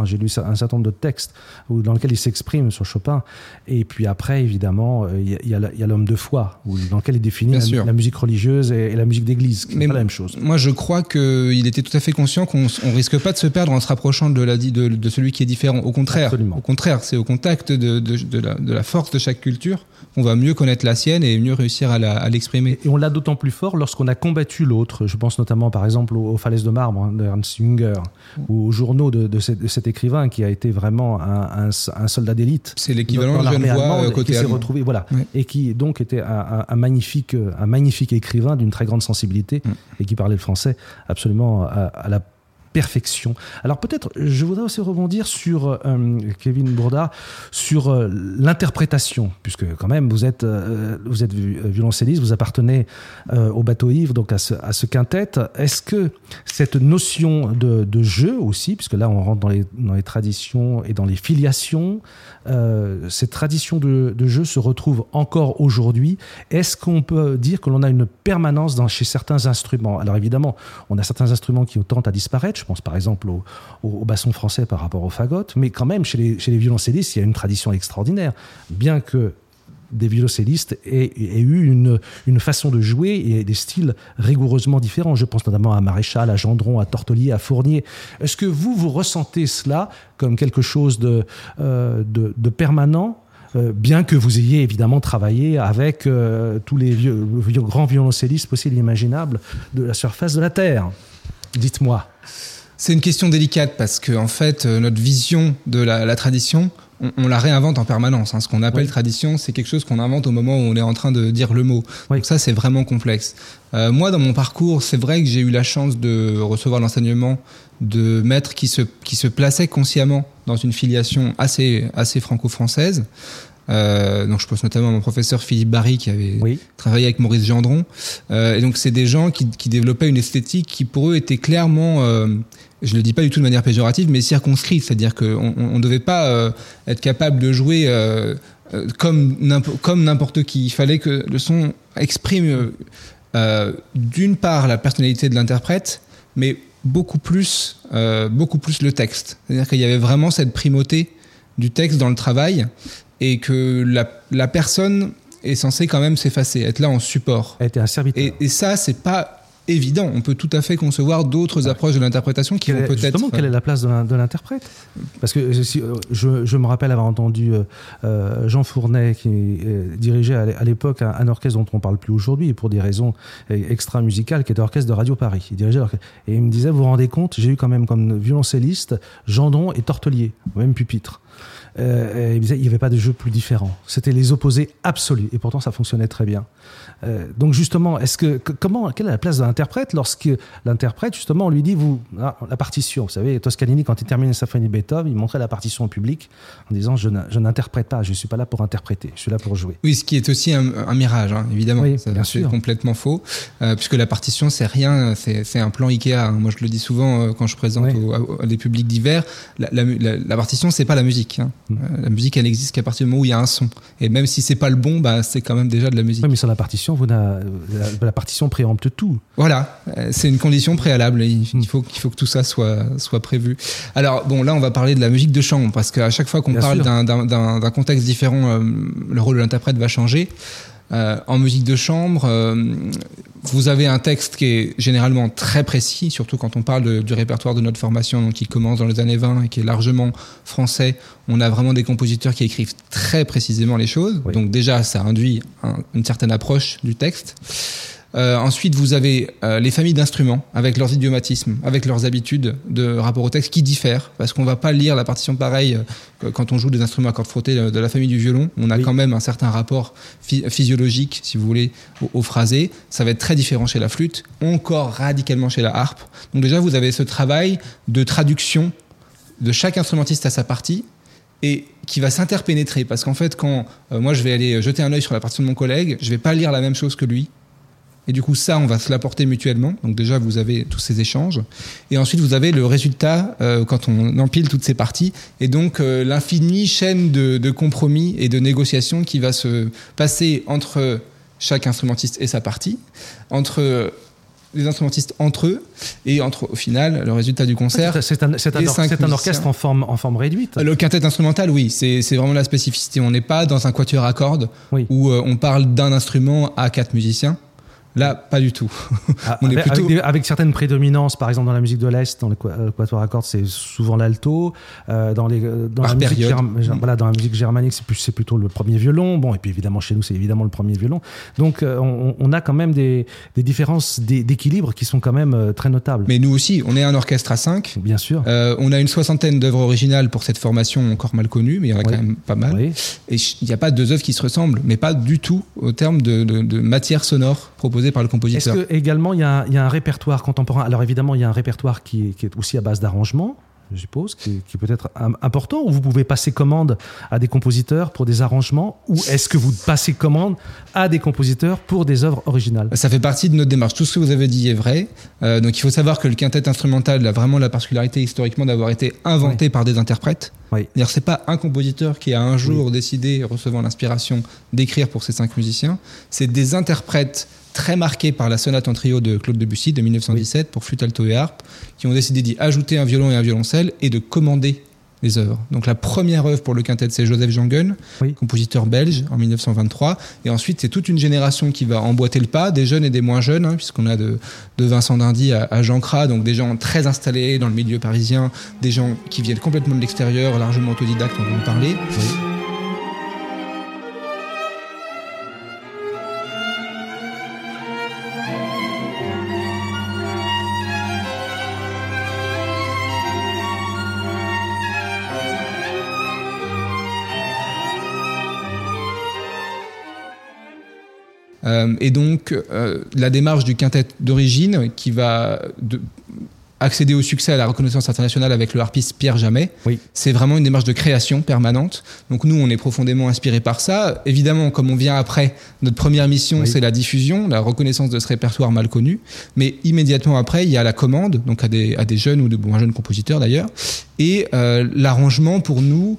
un certain nombre de textes dans lesquels il s'exprime sur Chopin. Et puis après, évidemment, il y a l'homme de foi, dans lequel il définit la musique religieuse et la musique d'église, qui n'est pas la même chose. Moi, je crois qu'il était tout à fait conscient qu'on ne risque pas de se perdre en se rapprochant de celui qui est différent. Au contraire, c'est au contact de la force de chaque culture qu'on va mieux connaître la sienne et mieux réussir à l'exprimer. Et on l'a d'autant plus fort lorsqu'on a combattu l'autre. Je pense notamment, par exemple, aux Falaises de marbre d'Ernst Jünger, ou aux journaux de cet écrivain qui a été vraiment un soldat d'élite. C'est l'équivalent de Genevois côté allemand. Retrouvé, et qui donc était un magnifique écrivain d'une très grande sensibilité et qui parlait le français absolument à la perfection. Alors peut-être, je voudrais aussi rebondir sur Kevin Bourdard, sur l'interprétation, puisque quand même vous êtes violoncelliste, vous appartenez au Bateau Ivre, donc à ce quintet. Est-ce que cette notion de jeu aussi, puisque là on rentre dans les traditions et dans les filiations, cette tradition de jeu se retrouve encore aujourd'hui? Est-ce qu'on peut dire que l'on a une permanence chez certains instruments? Alors évidemment, on a certains instruments qui tentent à disparaître. Je pense par exemple au basson français par rapport au fagot, mais quand même chez les violoncellistes, il y a une tradition extraordinaire. Bien que des violoncellistes aient eu une façon de jouer et des styles rigoureusement différents. Je pense notamment à Maréchal, à Gendron, à Tortelier, à Fournier. Est-ce que vous ressentez cela comme quelque chose de permanent, bien que vous ayez évidemment travaillé avec tous les grands violoncellistes possibles et imaginables de la surface de la Terre? Dites-moi. C'est une question délicate parce que en fait, notre vision de la tradition, on la réinvente en permanence. Ce qu'on appelle tradition, c'est quelque chose qu'on invente au moment où on est en train de dire le mot. Donc ça, c'est vraiment complexe. Moi, dans mon parcours, c'est vrai que j'ai eu la chance de recevoir l'enseignement de maîtres qui se plaçaient consciemment dans une filiation assez franco-française. Donc je pense notamment à mon professeur Philippe Barry qui avait travaillé avec Maurice Gendron, et donc c'est des gens qui développaient une esthétique qui pour eux était clairement, je le dis pas du tout de manière péjorative, mais circonscrite, c'est-à-dire qu'on devait pas être capable de jouer comme n'importe qui. Il fallait que le son exprime d'une part la personnalité de l'interprète, mais beaucoup plus le texte. C'est-à-dire qu'il y avait vraiment cette primauté du texte dans le travail, et que la personne est censée quand même s'effacer, être là en support. Elle était un serviteur. Et ça, c'est pas évident. On peut tout à fait concevoir d'autres approches de l'interprétation qui vont peut-être... Justement, quelle est la place de l'interprète? Parce que je me rappelle avoir entendu Jean Fournet, qui dirigeait à l'époque un orchestre dont on ne parle plus aujourd'hui, et pour des raisons extra-musicales, qui était l'orchestre de Radio Paris. Il dirigeait l'orchestre. Et il me disait, vous vous rendez compte, j'ai eu quand même comme violoncelliste Gendron et Tortelier, au même pupitre. Il disait, il n'y avait pas de jeu plus différent. C'était les opposés absolus. Et pourtant, ça fonctionnait très bien. Donc justement, quelle est la place de l'interprète lorsque l'interprète, justement, on lui dit, la partition. Vous savez, Toscanini, quand il terminait la symphonie de Beethoven, il montrait la partition au public en disant, je n'interprète pas, je ne suis pas là pour interpréter, je suis là pour jouer. Oui, ce qui est aussi un mirage, évidemment. Oui, c'est complètement faux, puisque la partition, c'est rien, c'est un plan Ikea. Moi, je le dis souvent quand je présente à des publics divers, la partition, c'est pas la musique. La musique, elle n'existe qu'à partir du moment où il y a un son. Et même si c'est pas le bon, c'est quand même déjà de la musique. Oui, mais sur la partition, la partition préempte tout. Voilà, c'est une condition préalable. Il faut que tout ça soit prévu. Alors bon, là, on va parler de la musique de chambre, parce qu'à chaque fois qu'on parle d'un contexte différent, le rôle de l'interprète va changer. En musique de chambre, vous avez un texte qui est généralement très précis, surtout quand on parle du répertoire de notre formation, donc qui commence dans les années 20 et qui est largement français. On a vraiment des compositeurs qui écrivent très précisément les choses. Oui. Donc déjà, ça induit une certaine approche du texte. Ensuite, vous avez les familles d'instruments avec leurs idiomatismes, avec leurs habitudes de rapport au texte qui diffèrent, parce qu'on va pas lire la partition pareil quand on joue des instruments à cordes frottées de la famille du violon. On a quand même un certain rapport physiologique, si vous voulez, au phrasé. Ça va être très différent chez la flûte, encore radicalement chez la harpe. Donc déjà, vous avez ce travail de traduction de chaque instrumentiste à sa partie, et qui va s'interpénétrer, parce qu'en fait, quand moi je vais aller jeter un œil sur la partition de mon collègue, je vais pas lire la même chose que lui. Et du coup, ça, on va se l'apporter mutuellement. Donc déjà, vous avez tous ces échanges. Et ensuite, vous avez le résultat quand on empile toutes ces parties. Et donc, l'infinie chaîne de compromis et de négociations qui va se passer entre chaque instrumentiste et sa partie, entre les instrumentistes entre eux, et au final, le résultat du concert... C'est un orchestre en forme réduite. Le quintet instrumental, oui, c'est vraiment la spécificité. On n'est pas dans un quatuor à cordes où on parle d'un instrument à 4 musiciens. Là, pas du tout. On est plutôt... avec certaines prédominances, par exemple dans la musique de l'Est, dans le quatuor à cordes, c'est souvent l'alto. Dans la musique germanique, c'est plutôt le premier violon. Bon, et puis évidemment chez nous, c'est évidemment le premier violon. Donc, on a quand même des différences d'équilibre qui sont quand même très notables. Mais nous aussi, on est un orchestre à 5. Bien sûr. On a une 60aine d'œuvres originales pour cette formation encore mal connue, mais il y en a quand même pas mal. Oui. Et il n'y a pas 2 œuvres qui se ressemblent, mais pas du tout au terme de matière sonore proposée par le compositeur. Est-ce qu'également il y a un répertoire contemporain? Alors évidemment, il y a un répertoire qui est aussi à base d'arrangements, je suppose, qui peut être important, ou vous pouvez passer commande à des compositeurs pour des arrangements, ou est-ce que vous passez commande à des compositeurs pour des œuvres originales? Ça fait partie de notre démarche. Tout ce que vous avez dit est vrai. Donc il faut savoir que le quintet instrumental a vraiment la particularité historiquement d'avoir été inventé par des interprètes. Oui. C'est-à-dire c'est pas un compositeur qui a un jour décidé, recevant l'inspiration, d'écrire pour ces 5 musiciens. C'est des interprètes très marqués par la sonate en trio de Claude Debussy de 1917 pour flûte, alto et harpe, qui ont décidé d'y ajouter un violon et un violoncelle et de commander les œuvres. Donc la première œuvre pour le quintet, c'est Joseph Jangen, compositeur belge en 1923. Et ensuite, c'est toute une génération qui va emboîter le pas, des jeunes et des moins jeunes, puisqu'on a de Vincent d'Indy à Jean Cras, donc des gens très installés dans le milieu parisien, des gens qui viennent complètement de l'extérieur, largement autodidactes, on va en parler. Oui. Et donc, la démarche du quintet d'origine qui va accéder au succès, à la reconnaissance internationale avec le harpiste Pierre Jamet, c'est vraiment une démarche de création permanente. Donc nous, on est profondément inspirés par ça. Évidemment, comme on vient après, notre première mission, c'est la diffusion, la reconnaissance de ce répertoire mal connu. Mais immédiatement après, il y a la commande, donc à des jeunes ou de moins jeunes compositeurs d'ailleurs. Et l'arrangement, pour nous,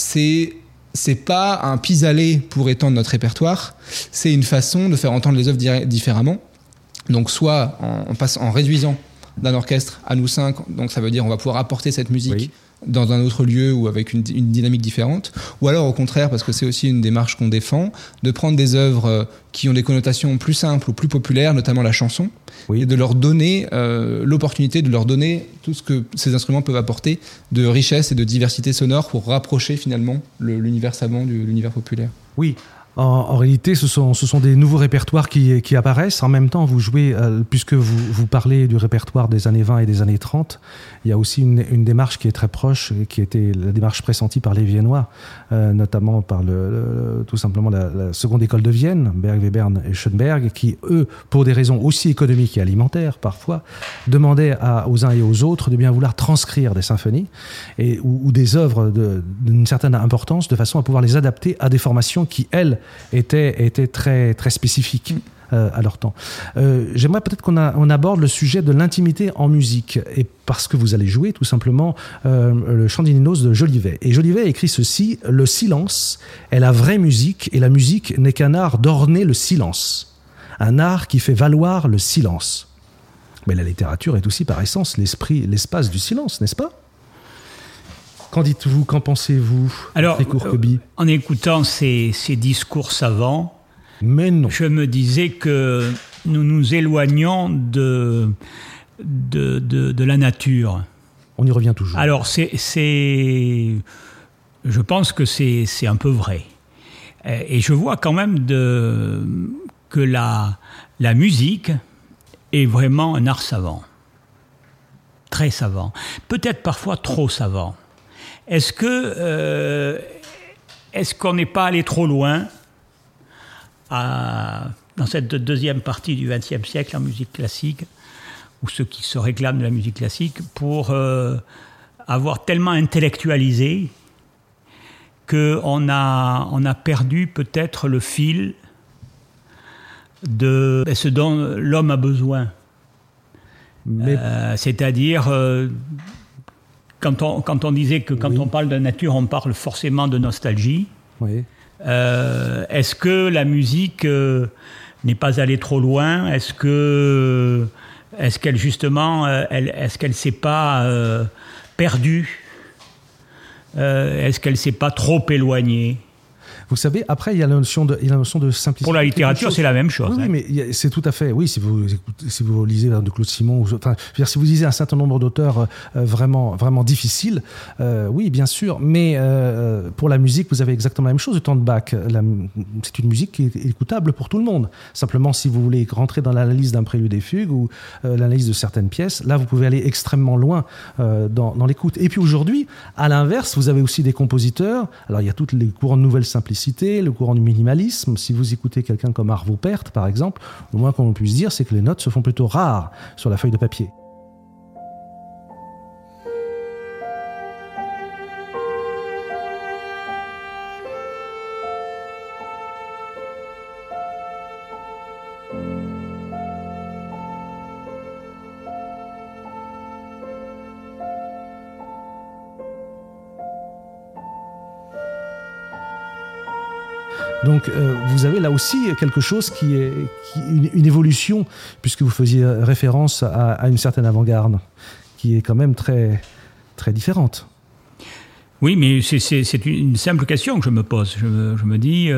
c'est pas un pis-aller pour étendre notre répertoire, c'est une façon de faire entendre les œuvres différemment. Donc soit en réduisant d'un orchestre à nous 5, donc ça veut dire on va pouvoir apporter cette musique dans un autre lieu ou avec une dynamique différente, ou alors au contraire, parce que c'est aussi une démarche qu'on défend, de prendre des œuvres qui ont des connotations plus simples ou plus populaires, notamment la chanson, et de leur donner l'opportunité de leur donner tout ce que ces instruments peuvent apporter de richesse et de diversité sonore pour rapprocher finalement l'univers savant de l'univers populaire. Oui. En réalité, ce sont des nouveaux répertoires qui apparaissent. En même temps, vous jouez, puisque vous parlez du répertoire des années 20 et des années 30, il y a aussi une démarche qui est très proche, qui était la démarche pressentie par les Viennois, notamment par tout simplement la seconde école de Vienne, Berg, Webern et Schoenberg, qui, eux, pour des raisons aussi économiques et alimentaires, parfois, demandaient aux uns et aux autres de bien vouloir transcrire des symphonies ou des œuvres d'une certaine importance, de façon à pouvoir les adapter à des formations qui, elles, étaient très, très spécifiques à leur temps. J'aimerais peut-être qu'on aborde le sujet de l'intimité en musique, et parce que vous allez jouer tout simplement le chant d'Ininos de Jolivet. Et Jolivet écrit ceci: le silence est la vraie musique, et la musique n'est qu'un art d'orner le silence, un art qui fait valoir le silence. Mais la littérature est aussi par essence l'esprit, l'espace du silence, n'est-ce pas ? Qu'en dites-vous, qu'en pensez-vous? Alors, en écoutant ces discours savants, je me disais que nous nous éloignons de la nature. On y revient toujours. Alors, je pense que c'est un peu vrai. Et je vois quand même que la musique est vraiment un art savant. Très savant. Peut-être parfois trop savant. Est-ce qu'on n'est pas allé trop loin dans cette deuxième partie du XXe siècle en musique classique, ou ceux qui se réclament de la musique classique, pour avoir tellement intellectualisé qu'on a perdu peut-être le fil de ce dont l'homme a besoin. C'est-à-dire... Quand on disait que quand on parle de nature, on parle forcément de nostalgie, est-ce que la musique n'est pas allée trop loin ? Est-ce que Est-ce qu'elle justement, est-ce qu'elle s'est pas perdue? Est-ce qu'elle s'est pas trop éloignée? Vous savez, après, il y a la notion de simplicité. Pour la littérature, c'est la même chose. Oui, mais c'est tout à fait. Oui, si vous lisez de Claude Simon, si vous lisez un certain nombre d'auteurs vraiment, vraiment difficiles, oui, bien sûr. Mais pour la musique, vous avez exactement la même chose. Le temps de Bach, c'est une musique qui est écoutable pour tout le monde. Simplement, si vous voulez rentrer dans l'analyse d'un prélude et fugue ou l'analyse de certaines pièces, là, vous pouvez aller extrêmement loin dans l'écoute. Et puis aujourd'hui, à l'inverse, vous avez aussi des compositeurs. Alors, il y a toutes les courants de nouvelle simplicité, le courant du minimalisme. Si vous écoutez quelqu'un comme Arvo Pärt, par exemple, le moins qu'on puisse dire, c'est que les notes se font plutôt rares sur la feuille de papier. Donc vous avez là aussi quelque chose qui est une évolution, puisque vous faisiez référence à une certaine avant-garde, qui est quand même très, très différente. Oui, mais c'est une simple question que je me pose. Je me dis,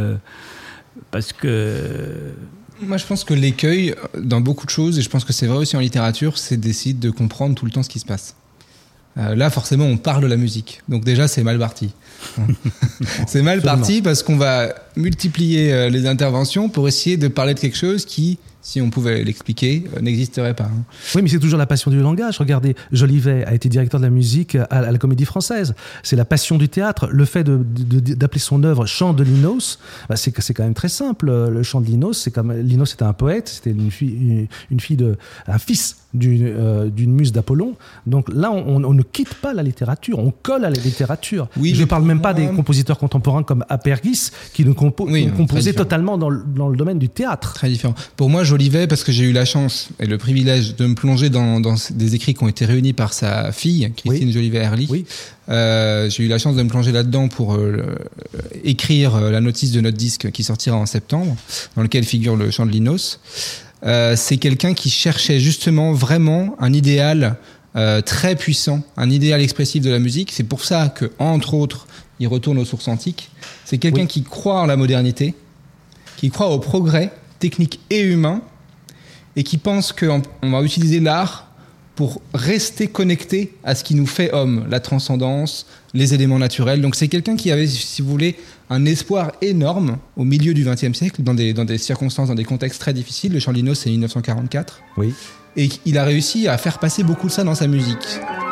parce que... Moi, je pense que l'écueil dans beaucoup de choses, et je pense que c'est vrai aussi en littérature, c'est d'essayer de comprendre tout le temps ce qui se passe. Là, forcément, on parle de la musique. Donc déjà, c'est mal parti. C'est mal parti parce qu'on va multiplier les interventions pour essayer de parler de quelque chose qui, si on pouvait l'expliquer, n'existerait pas. Oui, mais c'est toujours la passion du langage. Regardez, Jolivet a été directeur de la musique à la Comédie Française. C'est la passion du théâtre. Le fait d'appeler son œuvre Chant de Linos, c'est quand même très simple. Le chant de Linos, Linos était un poète, c'était un fils d'une muse d'Apollon. Donc là, on ne quitte pas la littérature, on colle à la littérature. Oui, je ne parle même pas des compositeurs contemporains comme Apergis, qui nous composaient totalement dans le domaine du théâtre. Très différent. Pour moi, Jolivet, parce que j'ai eu la chance et le privilège de me plonger dans des écrits qui ont été réunis par sa fille, Christine Jolivet-Herlich. Oui. J'ai eu la chance de me plonger là-dedans pour écrire la notice de notre disque qui sortira en septembre, dans lequel figure le chant de Linos. C'est quelqu'un qui cherchait justement vraiment un idéal très puissant, un idéal expressif de la musique. C'est pour ça que, entre autres, il retourne aux sources antiques. C'est quelqu'un qui croit en la modernité, qui croit au progrès technique et humain, et qui pense qu'on va utiliser l'art pour rester connecté à ce qui nous fait homme, la transcendance, les éléments naturels. Donc c'est quelqu'un qui avait, si vous voulez, un espoir énorme au milieu du XXe siècle, dans des circonstances, dans des contextes très difficiles. Le chant de Linos, c'est 1944. Oui. Et il a réussi à faire passer beaucoup de ça dans sa musique.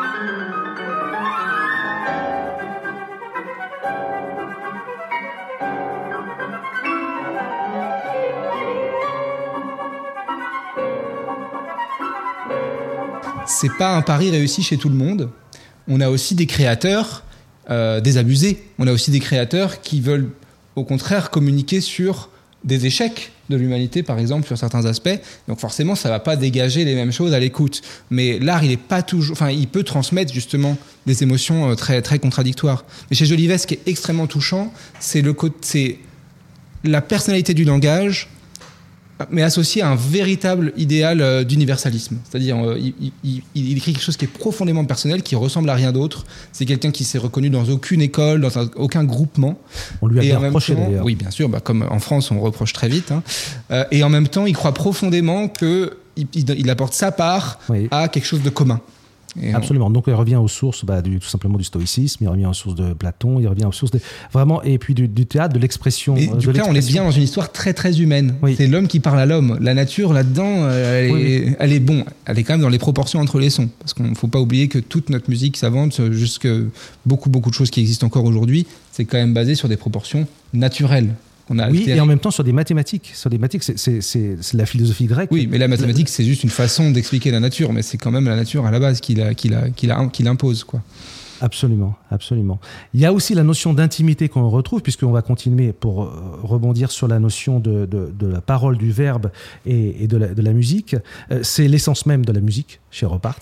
C'est pas un pari réussi chez tout le monde. On a aussi des créateurs désabusés. On a aussi des créateurs qui veulent, au contraire, communiquer sur des échecs de l'humanité, par exemple, sur certains aspects. Donc forcément, ça va pas dégager les mêmes choses à l'écoute. Mais l'art, il est pas toujours... Enfin, il peut transmettre, justement, des émotions très, très contradictoires. Mais chez Jolivet, ce qui est extrêmement touchant, c'est la personnalité du langage, mais associé à un véritable idéal d'universalisme. C'est-à-dire, il écrit quelque chose qui est profondément personnel, qui ressemble à rien d'autre. C'est quelqu'un qui s'est reconnu dans aucune école, dans aucun groupement. On lui a bien reproché, d'ailleurs. Oui, bien sûr, comme en France, on reproche très vite. Et en même temps, il croit profondément qu'il apporte sa part à quelque chose de commun. Absolument. Donc il revient aux sources tout simplement du stoïcisme, il revient aux sources de Platon, il revient aux sources vraiment, et puis du théâtre, de l'expression. Et du coup, là, on est bien dans une histoire très très humaine. Oui. C'est l'homme qui parle à l'homme. La nature, là-dedans, elle est quand même dans les proportions entre les sons. Parce qu'il ne faut pas oublier que toute notre musique savante, jusque beaucoup de choses qui existent encore aujourd'hui, c'est quand même basé sur des proportions naturelles. Et en même temps sur des mathématiques. C'est la philosophie grecque. Oui, mais la mathématique, c'est juste une façon d'expliquer la nature, mais c'est quand même la nature à la base qui l'impose, quoi. Absolument, absolument. Il y a aussi la notion d'intimité qu'on retrouve, puisqu'on va continuer pour rebondir sur la notion de la parole, du verbe et de la musique. C'est l'essence même de la musique chez Roparts.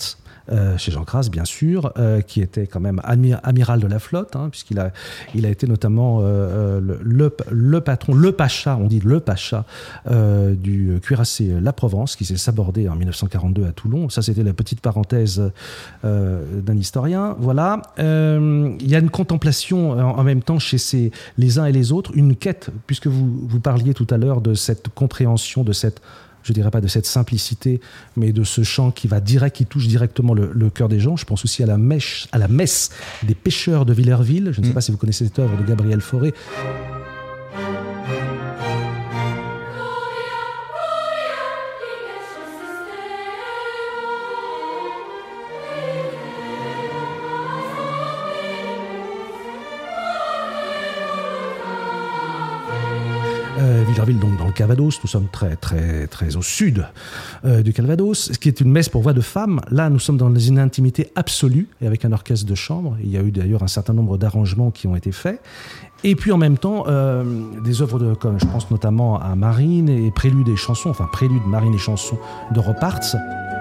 chez Jean Cras, bien sûr, qui était quand même amiral de la flotte, puisqu'il a été notamment le patron, le pacha, on dit le pacha, du cuirassé La Provence, qui s'est sabordé en 1942 à Toulon. Ça, c'était la petite parenthèse d'un historien. Voilà. Il y a une contemplation en même temps chez les uns et les autres, une quête, puisque vous parliez tout à l'heure de cette compréhension, de cette, je dirais pas de cette simplicité, mais de ce chant qui touche directement le cœur des gens. Je pense aussi à la messe des pêcheurs de Villerville. Je ne sais pas si vous connaissez cette œuvre de Gabriel Fauré. Villerville, donc dans le Calvados, nous sommes très, très, très au sud du Calvados, ce qui est une messe pour voix de femme. Là, nous sommes dans une intimité absolue, et avec un orchestre de chambre. Il y a eu d'ailleurs un certain nombre d'arrangements qui ont été faits. Et puis en même temps, des œuvres comme je pense notamment à Marine et Prélude et chansons, enfin Prélude, Marine et chansons de Repartz.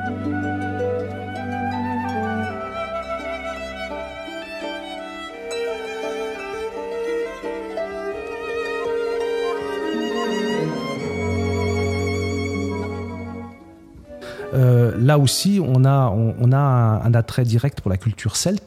Là aussi, on a un attrait direct pour la culture celte.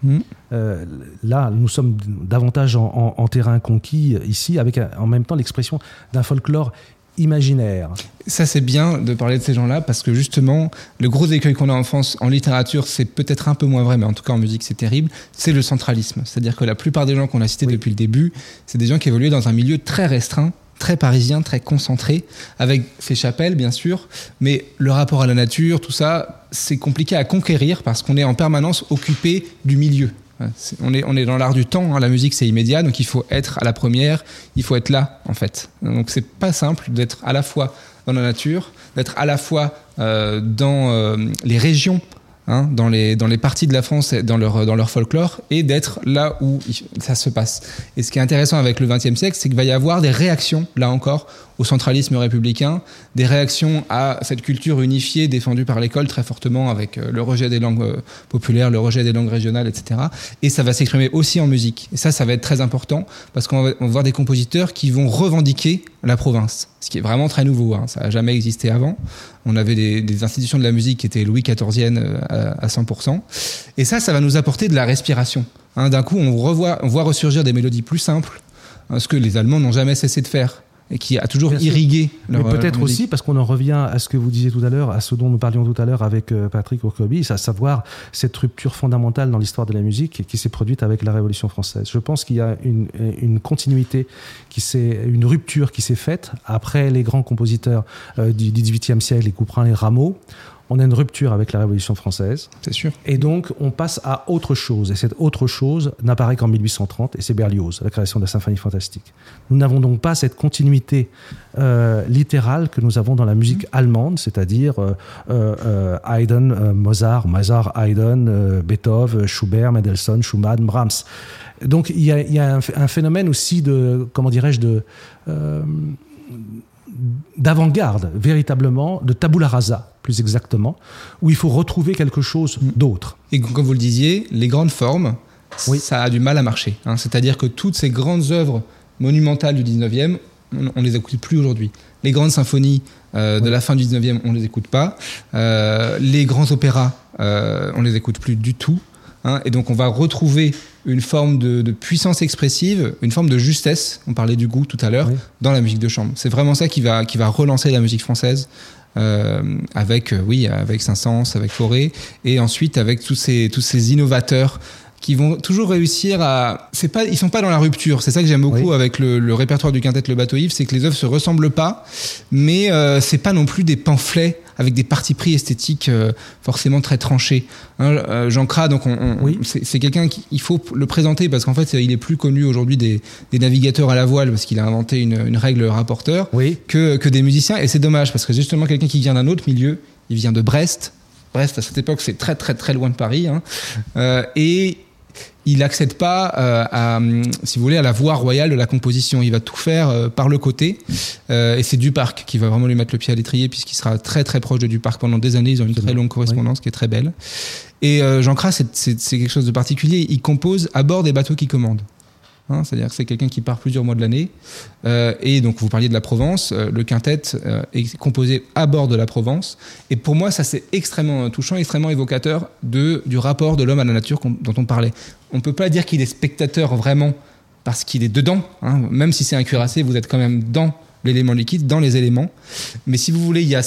Là, nous sommes davantage en terrain conquis ici, avec en même temps l'expression d'un folklore imaginaire. Ça, c'est bien de parler de ces gens-là, parce que justement, le gros écueil qu'on a en France en littérature, c'est peut-être un peu moins vrai, mais en tout cas en musique, c'est terrible, c'est le centralisme. C'est-à-dire que la plupart des gens qu'on a cités depuis le début, c'est des gens qui évoluaient dans un milieu très restreint, très parisien, très concentré, avec ses chapelles, bien sûr, mais le rapport à la nature, tout ça, c'est compliqué à conquérir parce qu'on est en permanence occupé du milieu. On est dans l'art du temps, la musique c'est immédiat, donc il faut être à la première, il faut être là, en fait. Donc c'est pas simple d'être à la fois dans la nature, d'être à la fois dans les régions, dans les parties de la France, dans leur folklore, et d'être là où ça se passe. Et ce qui est intéressant avec le XXe siècle, c'est qu'il va y avoir des réactions, là encore, au centralisme républicain, des réactions à cette culture unifiée défendue par l'école très fortement, avec le rejet des langues populaires, le rejet des langues régionales, etc. Et ça va s'exprimer aussi en musique. Et ça va être très important, parce qu'on va voir des compositeurs qui vont revendiquer la province, ce qui est vraiment très nouveau, ça n'a jamais existé avant. On avait des institutions de la musique qui étaient Louis XIVienne à 100%. Et ça va nous apporter de la respiration. D'un coup, on voit ressurgir des mélodies plus simples, ce que les Allemands n'ont jamais cessé de faire, et qui a toujours irrigué leur mais peut-être aussi, parce qu'on en revient à ce que vous disiez tout à l'heure, à ce dont nous parlions tout à l'heure avec Patrick Ourkobi, à savoir cette rupture fondamentale dans l'histoire de la musique qui s'est produite avec la Révolution française. Je pense qu'il y a une continuité, une rupture qui s'est faite après les grands compositeurs du XVIIIe siècle, les Couperin, les Rameau. On a une rupture avec la Révolution française. C'est sûr. Et donc, on passe à autre chose. Et cette autre chose n'apparaît qu'en 1830, et c'est Berlioz, la création de la symphonie fantastique. Nous n'avons donc pas cette continuité littérale que nous avons dans la musique allemande, c'est-à-dire Haydn, Mozart, Haydn, Beethoven, Schubert, Mendelssohn, Schumann, Brahms. Donc, il y a un phénomène aussi de, comment dirais-je, d'avant-garde, véritablement, de tabula rasa, plus exactement, où il faut retrouver quelque chose d'autre. Et comme vous le disiez, les grandes formes, ça a du mal à marcher. C'est-à-dire que toutes ces grandes œuvres monumentales du 19e, on ne les écoute plus aujourd'hui. Les grandes symphonies de la fin du 19e, on ne les écoute pas. Les grands opéras, on ne les écoute plus du tout. Et donc on va retrouver une forme de puissance expressive, une forme de justesse, on parlait du goût tout à l'heure, dans la musique de chambre. C'est vraiment ça qui va relancer la musique française, avec Saint-Saëns, avec Fauré, et ensuite avec tous ces innovateurs qui vont toujours réussir ils sont pas dans la rupture. C'est ça que j'aime beaucoup avec le répertoire du quintet Le Bateau Ivre, c'est que les œuvres se ressemblent pas, mais c'est pas non plus des pamphlets avec des partis pris esthétiques forcément très tranchés. Jean Cras, donc c'est quelqu'un qu'il faut le présenter, parce qu'en fait il est plus connu aujourd'hui des navigateurs à la voile, parce qu'il a inventé une règle rapporteur, que des musiciens, et c'est dommage, parce que justement quelqu'un qui vient d'un autre milieu, il vient de Brest. Brest à cette époque c'est très très très loin de Paris, et il n'accède pas si vous voulez, à la voie royale de la composition. Il va tout faire par le côté. Et c'est Duparc qui va vraiment lui mettre le pied à l'étrier, puisqu'il sera très très proche de Duparc pendant des années. Ils ont une très longue correspondance qui est très belle. Et Jean Cras, c'est quelque chose de particulier. Il compose à bord des bateaux qu'il commande. C'est-à-dire que c'est quelqu'un qui part plusieurs mois de l'année. Et donc, vous parliez de la Provence. Le quintet est composé à bord de la Provence. Et pour moi, ça, c'est extrêmement touchant, extrêmement évocateur du rapport de l'homme à la nature dont on parlait. On ne peut pas dire qu'il est spectateur vraiment parce qu'il est dedans. Même si c'est un cuirassé, vous êtes quand même dans l'élément liquide, dans les éléments. Mais si vous voulez, il y a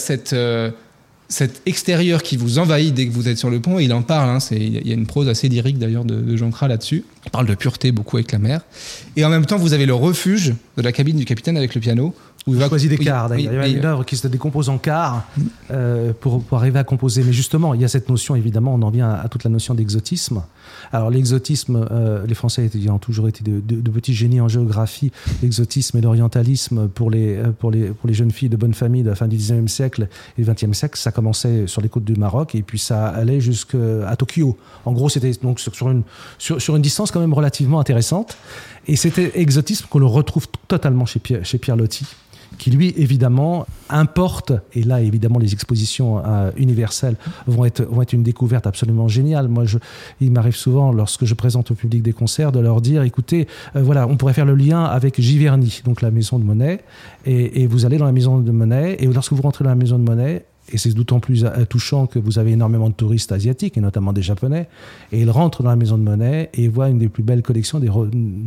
cet extérieur qui vous envahit dès que vous êtes sur le pont, et il en parle, il y a une prose assez lyrique d'ailleurs de Jean Cras là-dessus. Il parle de pureté beaucoup avec la mer. Et en même temps, vous avez le refuge de la cabine du capitaine avec le piano. Où il choisit des quarts. Il y a une œuvre qui se décompose en quarts pour arriver à composer. Mais justement, il y a cette notion, évidemment, on en vient à toute la notion d'exotisme. Alors l'exotisme, les Français ont toujours été de petits génies en géographie. L'exotisme et l'orientalisme pour les jeunes filles de bonne famille de la fin du 19e siècle et du 20e siècle, ça commençait sur les côtes du Maroc et puis ça allait jusqu'à Tokyo. En gros, c'était donc sur une distance quand même relativement intéressante. Et c'était exotisme qu'on le retrouve totalement chez Pierre Loti, qui lui évidemment importe, et là évidemment les expositions universelles vont être une découverte absolument géniale. Moi, il m'arrive souvent, lorsque je présente au public des concerts, de leur dire, écoutez, voilà, on pourrait faire le lien avec Giverny, donc la maison de Monet, et vous allez dans la maison de Monet, et lorsque vous rentrez dans la maison de Monet, et c'est d'autant plus touchant que vous avez énormément de touristes asiatiques, et notamment des Japonais, et ils rentrent dans la maison de Monet et voient une des plus belles collections de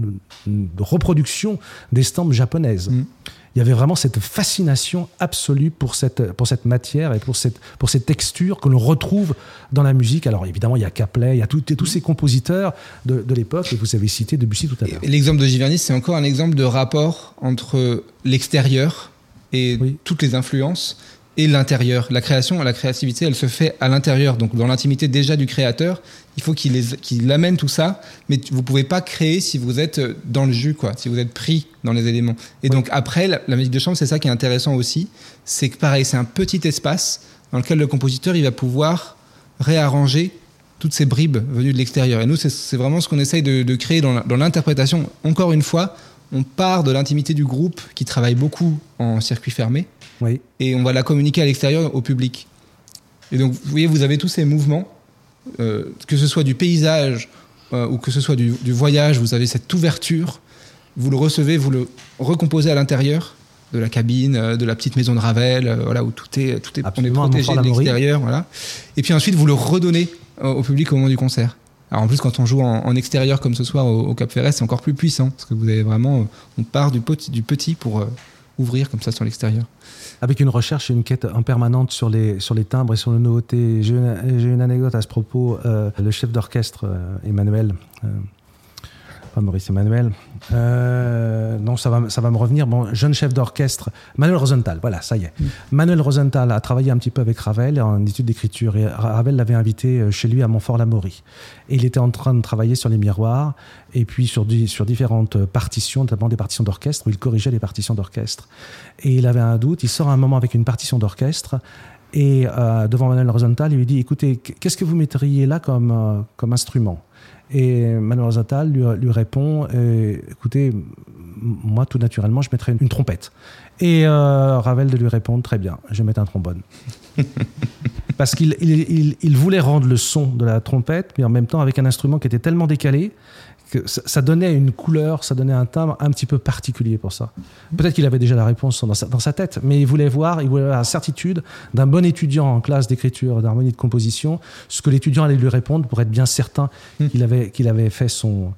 reproductions d'estampes japonaises. Il y avait vraiment cette fascination absolue pour cette matière et pour cette texture que l'on retrouve dans la musique. Alors évidemment, il y a Caplet, il y a tous ces compositeurs de l'époque, et vous avez cité Debussy tout à l'heure. L'exemple de Giverny, c'est encore un exemple de rapport entre l'extérieur et toutes les influences et l'intérieur. La création, la créativité, elle se fait à l'intérieur, donc dans l'intimité déjà du créateur. Il faut qu'il amène tout ça, mais vous ne pouvez pas créer si vous êtes dans le jus, si vous êtes pris dans les éléments. Et donc après, la musique de chambre, c'est ça qui est intéressant aussi, c'est que pareil, c'est un petit espace dans lequel le compositeur il va pouvoir réarranger toutes ces bribes venues de l'extérieur. Et nous, c'est vraiment ce qu'on essaye de créer dans l'interprétation. Encore une fois, on part de l'intimité du groupe qui travaille beaucoup en circuit fermé, et on va la communiquer à l'extérieur au public. Et donc, vous voyez, vous avez tous ces mouvements, que ce soit du paysage ou que ce soit du voyage, vous avez cette ouverture, vous le recevez, vous le recomposez à l'intérieur de la cabine, de la petite maison de Ravel, où tout est on est protégé de l'extérieur, voilà. Et puis ensuite, vous le redonnez au public au moment du concert. Alors en plus, quand on joue en extérieur comme ce soir au Cap Ferret, c'est encore plus puissant, parce que vous avez vraiment, on part du petit pour ouvrir comme ça sur l'extérieur. Avec une recherche et une quête en permanente sur les timbres et sur les nouveautés. J'ai une anecdote à ce propos. Le chef d'orchestre, Emmanuel, pas Maurice Emmanuel, non, ça va me revenir. Bon, jeune chef d'orchestre, Manuel Rosenthal, voilà, ça y est. Manuel Rosenthal a travaillé un petit peu avec Ravel en études d'écriture, et Ravel l'avait invité chez lui à Montfort-l'Amaury. Et il était en train de travailler sur les miroirs, et puis sur différentes partitions, notamment des partitions d'orchestre, où il corrigeait les partitions d'orchestre. Et il avait un doute, il sort un moment avec une partition d'orchestre, et devant Manuel Rosenthal, il lui dit, écoutez, qu'est-ce que vous mettriez là comme instrument ? Et Manuel Rosenthal lui répond, écoutez, moi tout naturellement je mettrais une trompette. Et Ravel de lui répondre, très bien, je vais mettre un trombone. Parce qu'il voulait rendre le son de la trompette, mais en même temps avec un instrument qui était tellement décalé que ça donnait une couleur, ça donnait un timbre un petit peu particulier pour ça. Peut-être qu'il avait déjà la réponse dans sa tête, mais il voulait avoir la certitude d'un bon étudiant en classe d'écriture, d'harmonie de composition, ce que l'étudiant allait lui répondre pour être bien certain qu'il avait fait son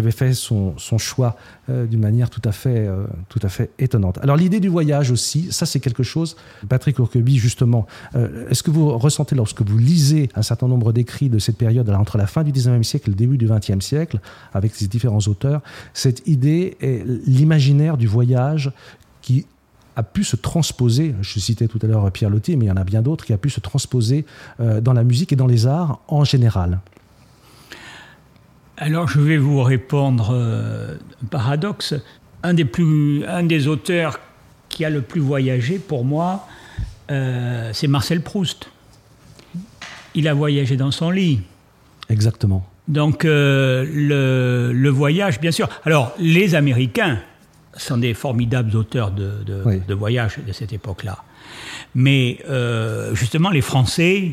choix d'une manière tout à fait étonnante. Alors l'idée du voyage aussi, ça c'est quelque chose, Patrick Hourquebie justement, est-ce que vous ressentez lorsque vous lisez un certain nombre d'écrits de cette période, entre la fin du 19e siècle et le début du 20e siècle, avec ces différents auteurs, cette idée est l'imaginaire du voyage qui a pu se transposer, je citais tout à l'heure Pierre Loti, mais il y en a bien d'autres, qui a pu se transposer dans la musique et dans les arts en général. Alors je vais vous répondre un paradoxe. Un des auteurs qui a le plus voyagé pour moi, c'est Marcel Proust. Il a voyagé dans son lit. Exactement. Donc le voyage, bien sûr. Alors les Américains sont des formidables auteurs de voyage de cette époque-là. Mais justement, les Français,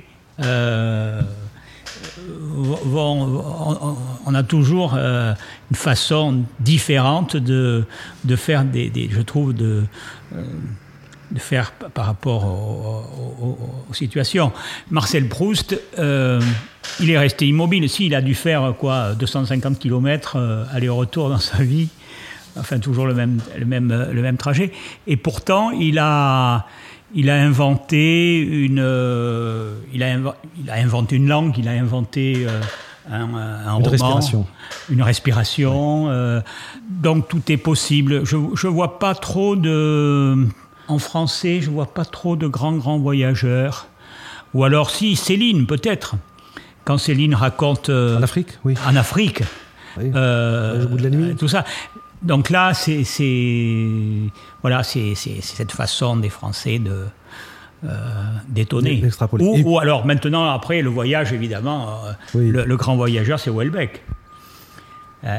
on a toujours une façon différente de faire je trouve, de faire par rapport aux situations. Marcel Proust, il est resté immobile. Si, il a dû faire 250 km aller-retour dans sa vie, enfin toujours le même trajet. Et pourtant, il a inventé une langue, il a inventé un roman, une respiration. Donc tout est possible. Je vois pas trop en français, je vois pas trop de grands voyageurs. Ou alors si, Céline peut-être. Quand Céline raconte en Afrique, oui. En Afrique, oui. Au bout de la nuit, tout ça. Donc là, c'est cette façon des Français d'étonner. Ou alors maintenant, après le voyage, évidemment, le grand voyageur, c'est Houellebecq. C'est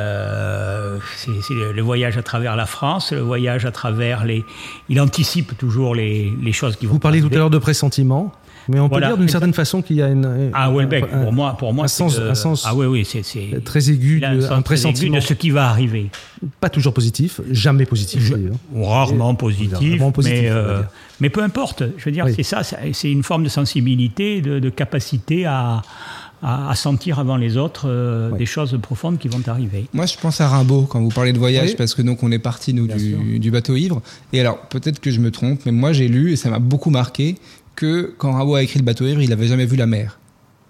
le voyage à travers la France, le voyage à travers il anticipe toujours les choses qui vont. Vous parliez tout à l'heure de pressentiment. Mais on peut dire d'une certaine façon qu'il y a Houellebecq, pour moi, un sens c'est très aigu, un pressentiment de ce qui va arriver. Pas toujours positif, jamais positif. Rarement positif, mais peu importe. Je veux dire, c'est ça, c'est une forme de sensibilité, de capacité à sentir avant les autres des choses profondes qui vont arriver. Moi, je pense à Rimbaud quand vous parlez de voyage, parce que donc on est parti nous du bateau ivre. Et alors peut-être que je me trompe, mais moi j'ai lu et ça m'a beaucoup marqué que quand Rimbaud a écrit le bateau ivre, il n'avait jamais vu la mer.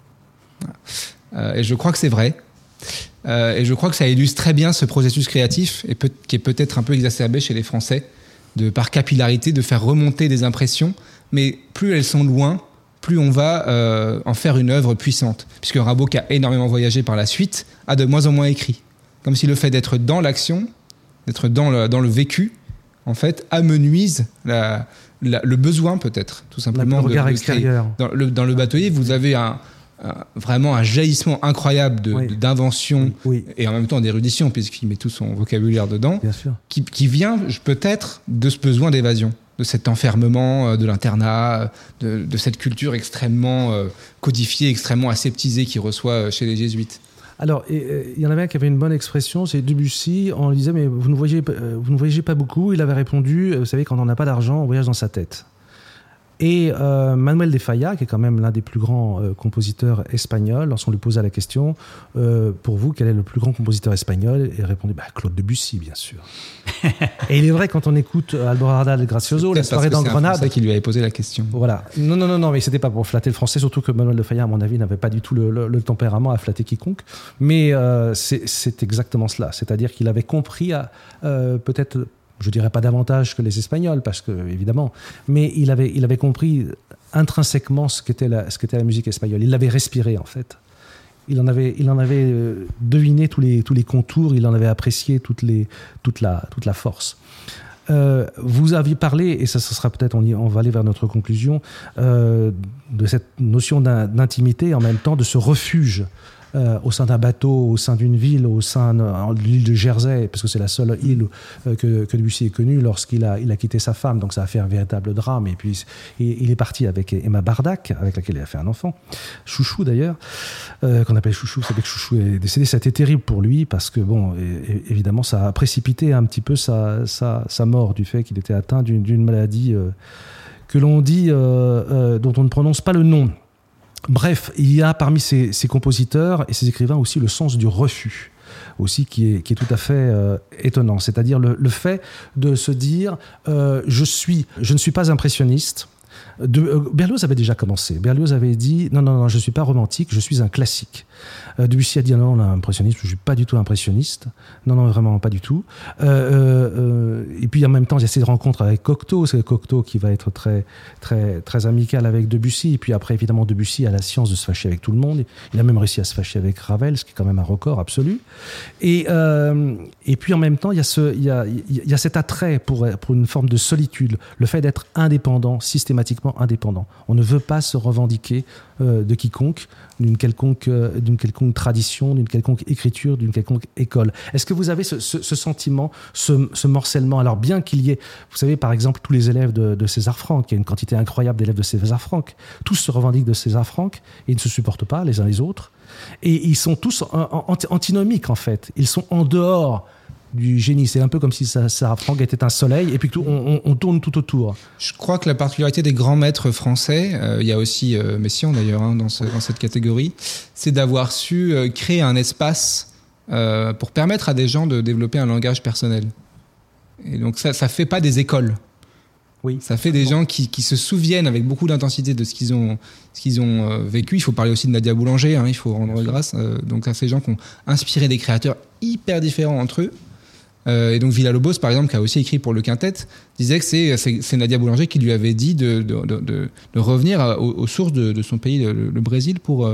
Et je crois que c'est vrai. Et je crois que ça illustre très bien ce processus créatif qui est peut-être un peu exacerbé chez les Français, par capillarité, de faire remonter des impressions, mais plus elles sont loin, plus on va en faire une œuvre puissante. Puisque Rimbaud, qui a énormément voyagé par la suite, a de moins en moins écrit. Comme si le fait d'être dans l'action, d'être dans le vécu, en fait, amenuise le besoin, peut-être, tout simplement. Le regard extérieur. Dans le bateau ivre, vous avez vraiment un jaillissement incroyable d'invention et en même temps d'érudition, puisqu'il met tout son vocabulaire dedans, bien sûr. Qui vient peut-être de ce besoin d'évasion, de cet enfermement de l'internat, de cette culture extrêmement codifiée, extrêmement aseptisée qu'il reçoit chez les jésuites. Alors, il y en avait un qui avait une bonne expression, c'est Debussy. On lui disait, mais vous ne voyagez pas beaucoup. Il avait répondu, vous savez, quand on n'a pas d'argent, on voyage dans sa tête. Et Manuel de Falla, qui est quand même l'un des plus grands compositeurs espagnols, lorsqu'on lui posait la question, pour vous, quel est le plus grand compositeur espagnol ? Il répondait, Claude Debussy, bien sûr. Et il est vrai, quand on écoute Alborada del Gracioso, la soirée dans Grenade... C'est qui lui avait posé la question. Voilà. Non, mais c'était pas pour flatter le français, surtout que Manuel de Falla, à mon avis, n'avait pas du tout le tempérament à flatter quiconque. Mais c'est exactement cela. C'est-à-dire qu'il avait compris, peut-être... Je dirais pas davantage que les Espagnols, parce que évidemment, mais il avait compris intrinsèquement ce qu'était la musique espagnole. Il l'avait respiré en fait. Il en avait deviné tous les contours. Il en avait apprécié toute la force. Vous aviez parlé, et ça sera peut-être, on va aller vers notre conclusion, de cette notion d'intimité, en même temps de ce refuge. Au sein d'un bateau, au sein d'une ville, au sein de l'île de Jersey, parce que c'est la seule île que Debussy ait connue lorsqu'il a quitté sa femme, donc ça a fait un véritable drame. Et puis il est parti avec Emma Bardac, avec laquelle il a fait un enfant, Chouchou d'ailleurs, qu'on appelle Chouchou. C'est que Chouchou est décédé, ça a été terrible pour lui, parce que bon, évidemment, ça a précipité un petit peu sa mort, du fait qu'il était atteint d'une maladie que l'on dit, dont on ne prononce pas le nom. Bref, il y a parmi ces compositeurs et ces écrivains aussi le sens du refus, aussi qui est tout à fait étonnant. C'est-à-dire le fait de se dire je ne suis pas impressionniste. Berlioz avait déjà commencé. Berlioz avait dit non, je ne suis pas romantique, je suis un classique. Debussy a dit non, impressionniste, je ne suis pas du tout impressionniste. Non, vraiment pas du tout. Et puis en même temps, il y a cette rencontre avec Cocteau. C'est Cocteau qui va être très, très, très amical avec Debussy. Et puis après, évidemment, Debussy a la science de se fâcher avec tout le monde. Il a même réussi à se fâcher avec Ravel, ce qui est quand même un record absolu. Et puis en même temps, il y a cet attrait pour une forme de solitude, le fait d'être indépendant systématiquement. systématiquement indépendants. On ne veut pas se revendiquer de quiconque, d'une quelconque tradition, d'une quelconque écriture, d'une quelconque école. Est-ce que vous avez ce sentiment, ce morcellement? Alors bien qu'il y ait, vous savez, par exemple, tous les élèves de César Franck, il y a une quantité incroyable d'élèves de César Franck, tous se revendiquent de César Franck, et ils ne se supportent pas les uns les autres, et ils sont tous antinomiques en fait, ils sont en dehors du génie. C'est un peu comme si César Franck était un soleil et puis on tourne tout autour. Je crois que la particularité des grands maîtres français, il y a aussi Messiaen d'ailleurs dans cette catégorie, c'est d'avoir su créer un espace pour permettre à des gens de développer un langage personnel. Et donc ça fait pas des écoles. Oui. Ça fait des gens qui se souviennent avec beaucoup d'intensité de ce qu'ils ont vécu. Il faut parler aussi de Nadia Boulanger, il faut rendre grâce. Donc ça fait des gens qui ont inspiré des créateurs hyper différents entre eux. Et donc Villa-Lobos, par exemple, qui a aussi écrit pour le Quintet, disait que c'est Nadia Boulanger qui lui avait dit de revenir aux sources de son pays, le Brésil,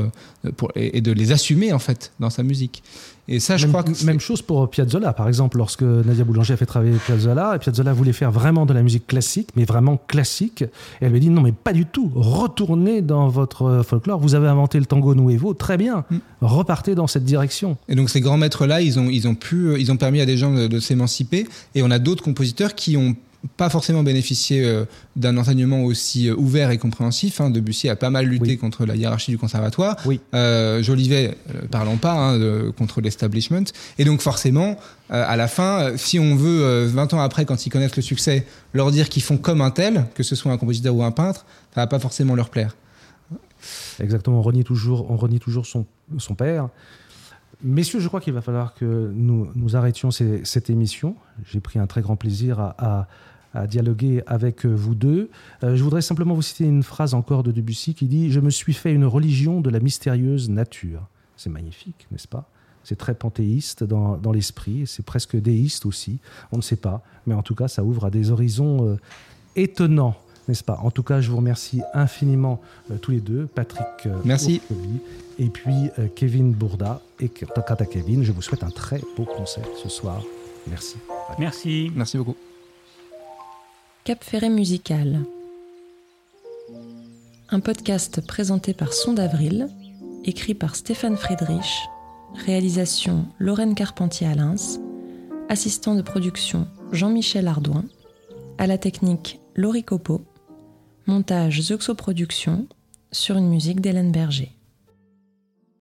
et de les assumer en fait dans sa musique. Et ça, je crois que même chose pour Piazzolla, par exemple, lorsque Nadia Boulanger a fait travailler Piazzolla, et Piazzolla voulait faire vraiment de la musique classique, mais vraiment classique, et elle lui a dit non, mais pas du tout, retournez dans votre folklore, vous avez inventé le tango nuevo, très bien, repartez dans cette direction. Et donc ces grands maîtres-là, ils ont permis à des gens de s'émanciper, et on a d'autres compositeurs qui ont pas forcément bénéficié d'un enseignement aussi ouvert et compréhensif. Debussy a pas mal lutté contre la hiérarchie du conservatoire. Oui. Jolivet, parlons pas, contre l'establishment. Et donc forcément, à la fin, si on veut, 20 ans après, quand ils connaissent le succès, leur dire qu'ils font comme un tel, que ce soit un compositeur ou un peintre, ça va pas forcément leur plaire. Exactement, on renie toujours son père. Messieurs, je crois qu'il va falloir que nous arrêtions cette émission. J'ai pris un très grand plaisir à dialoguer avec vous deux. Je voudrais simplement vous citer une phrase encore de Debussy qui dit « Je me suis fait une religion de la mystérieuse nature ». C'est magnifique, n'est-ce pas ? C'est très panthéiste dans l'esprit, et c'est presque déiste aussi, on ne sait pas. Mais en tout cas, ça ouvre à des horizons étonnants, n'est-ce pas ? En tout cas, je vous remercie infiniment tous les deux, Patrick Merci. Ourcoli, et puis Kevin Bourda. Et quant à Kevin, je vous souhaite un très beau concert ce soir. Merci. Merci. Merci beaucoup. Cap Ferret Musical. Un podcast présenté par Son d'Avril, écrit par Stéphane Friedrich, réalisation Lorraine Carpentier-Alins, assistant de production Jean-Michel Ardouin, à la technique Laurie Copeau, montage Zuxo Productions, sur une musique d'Hélène Berger.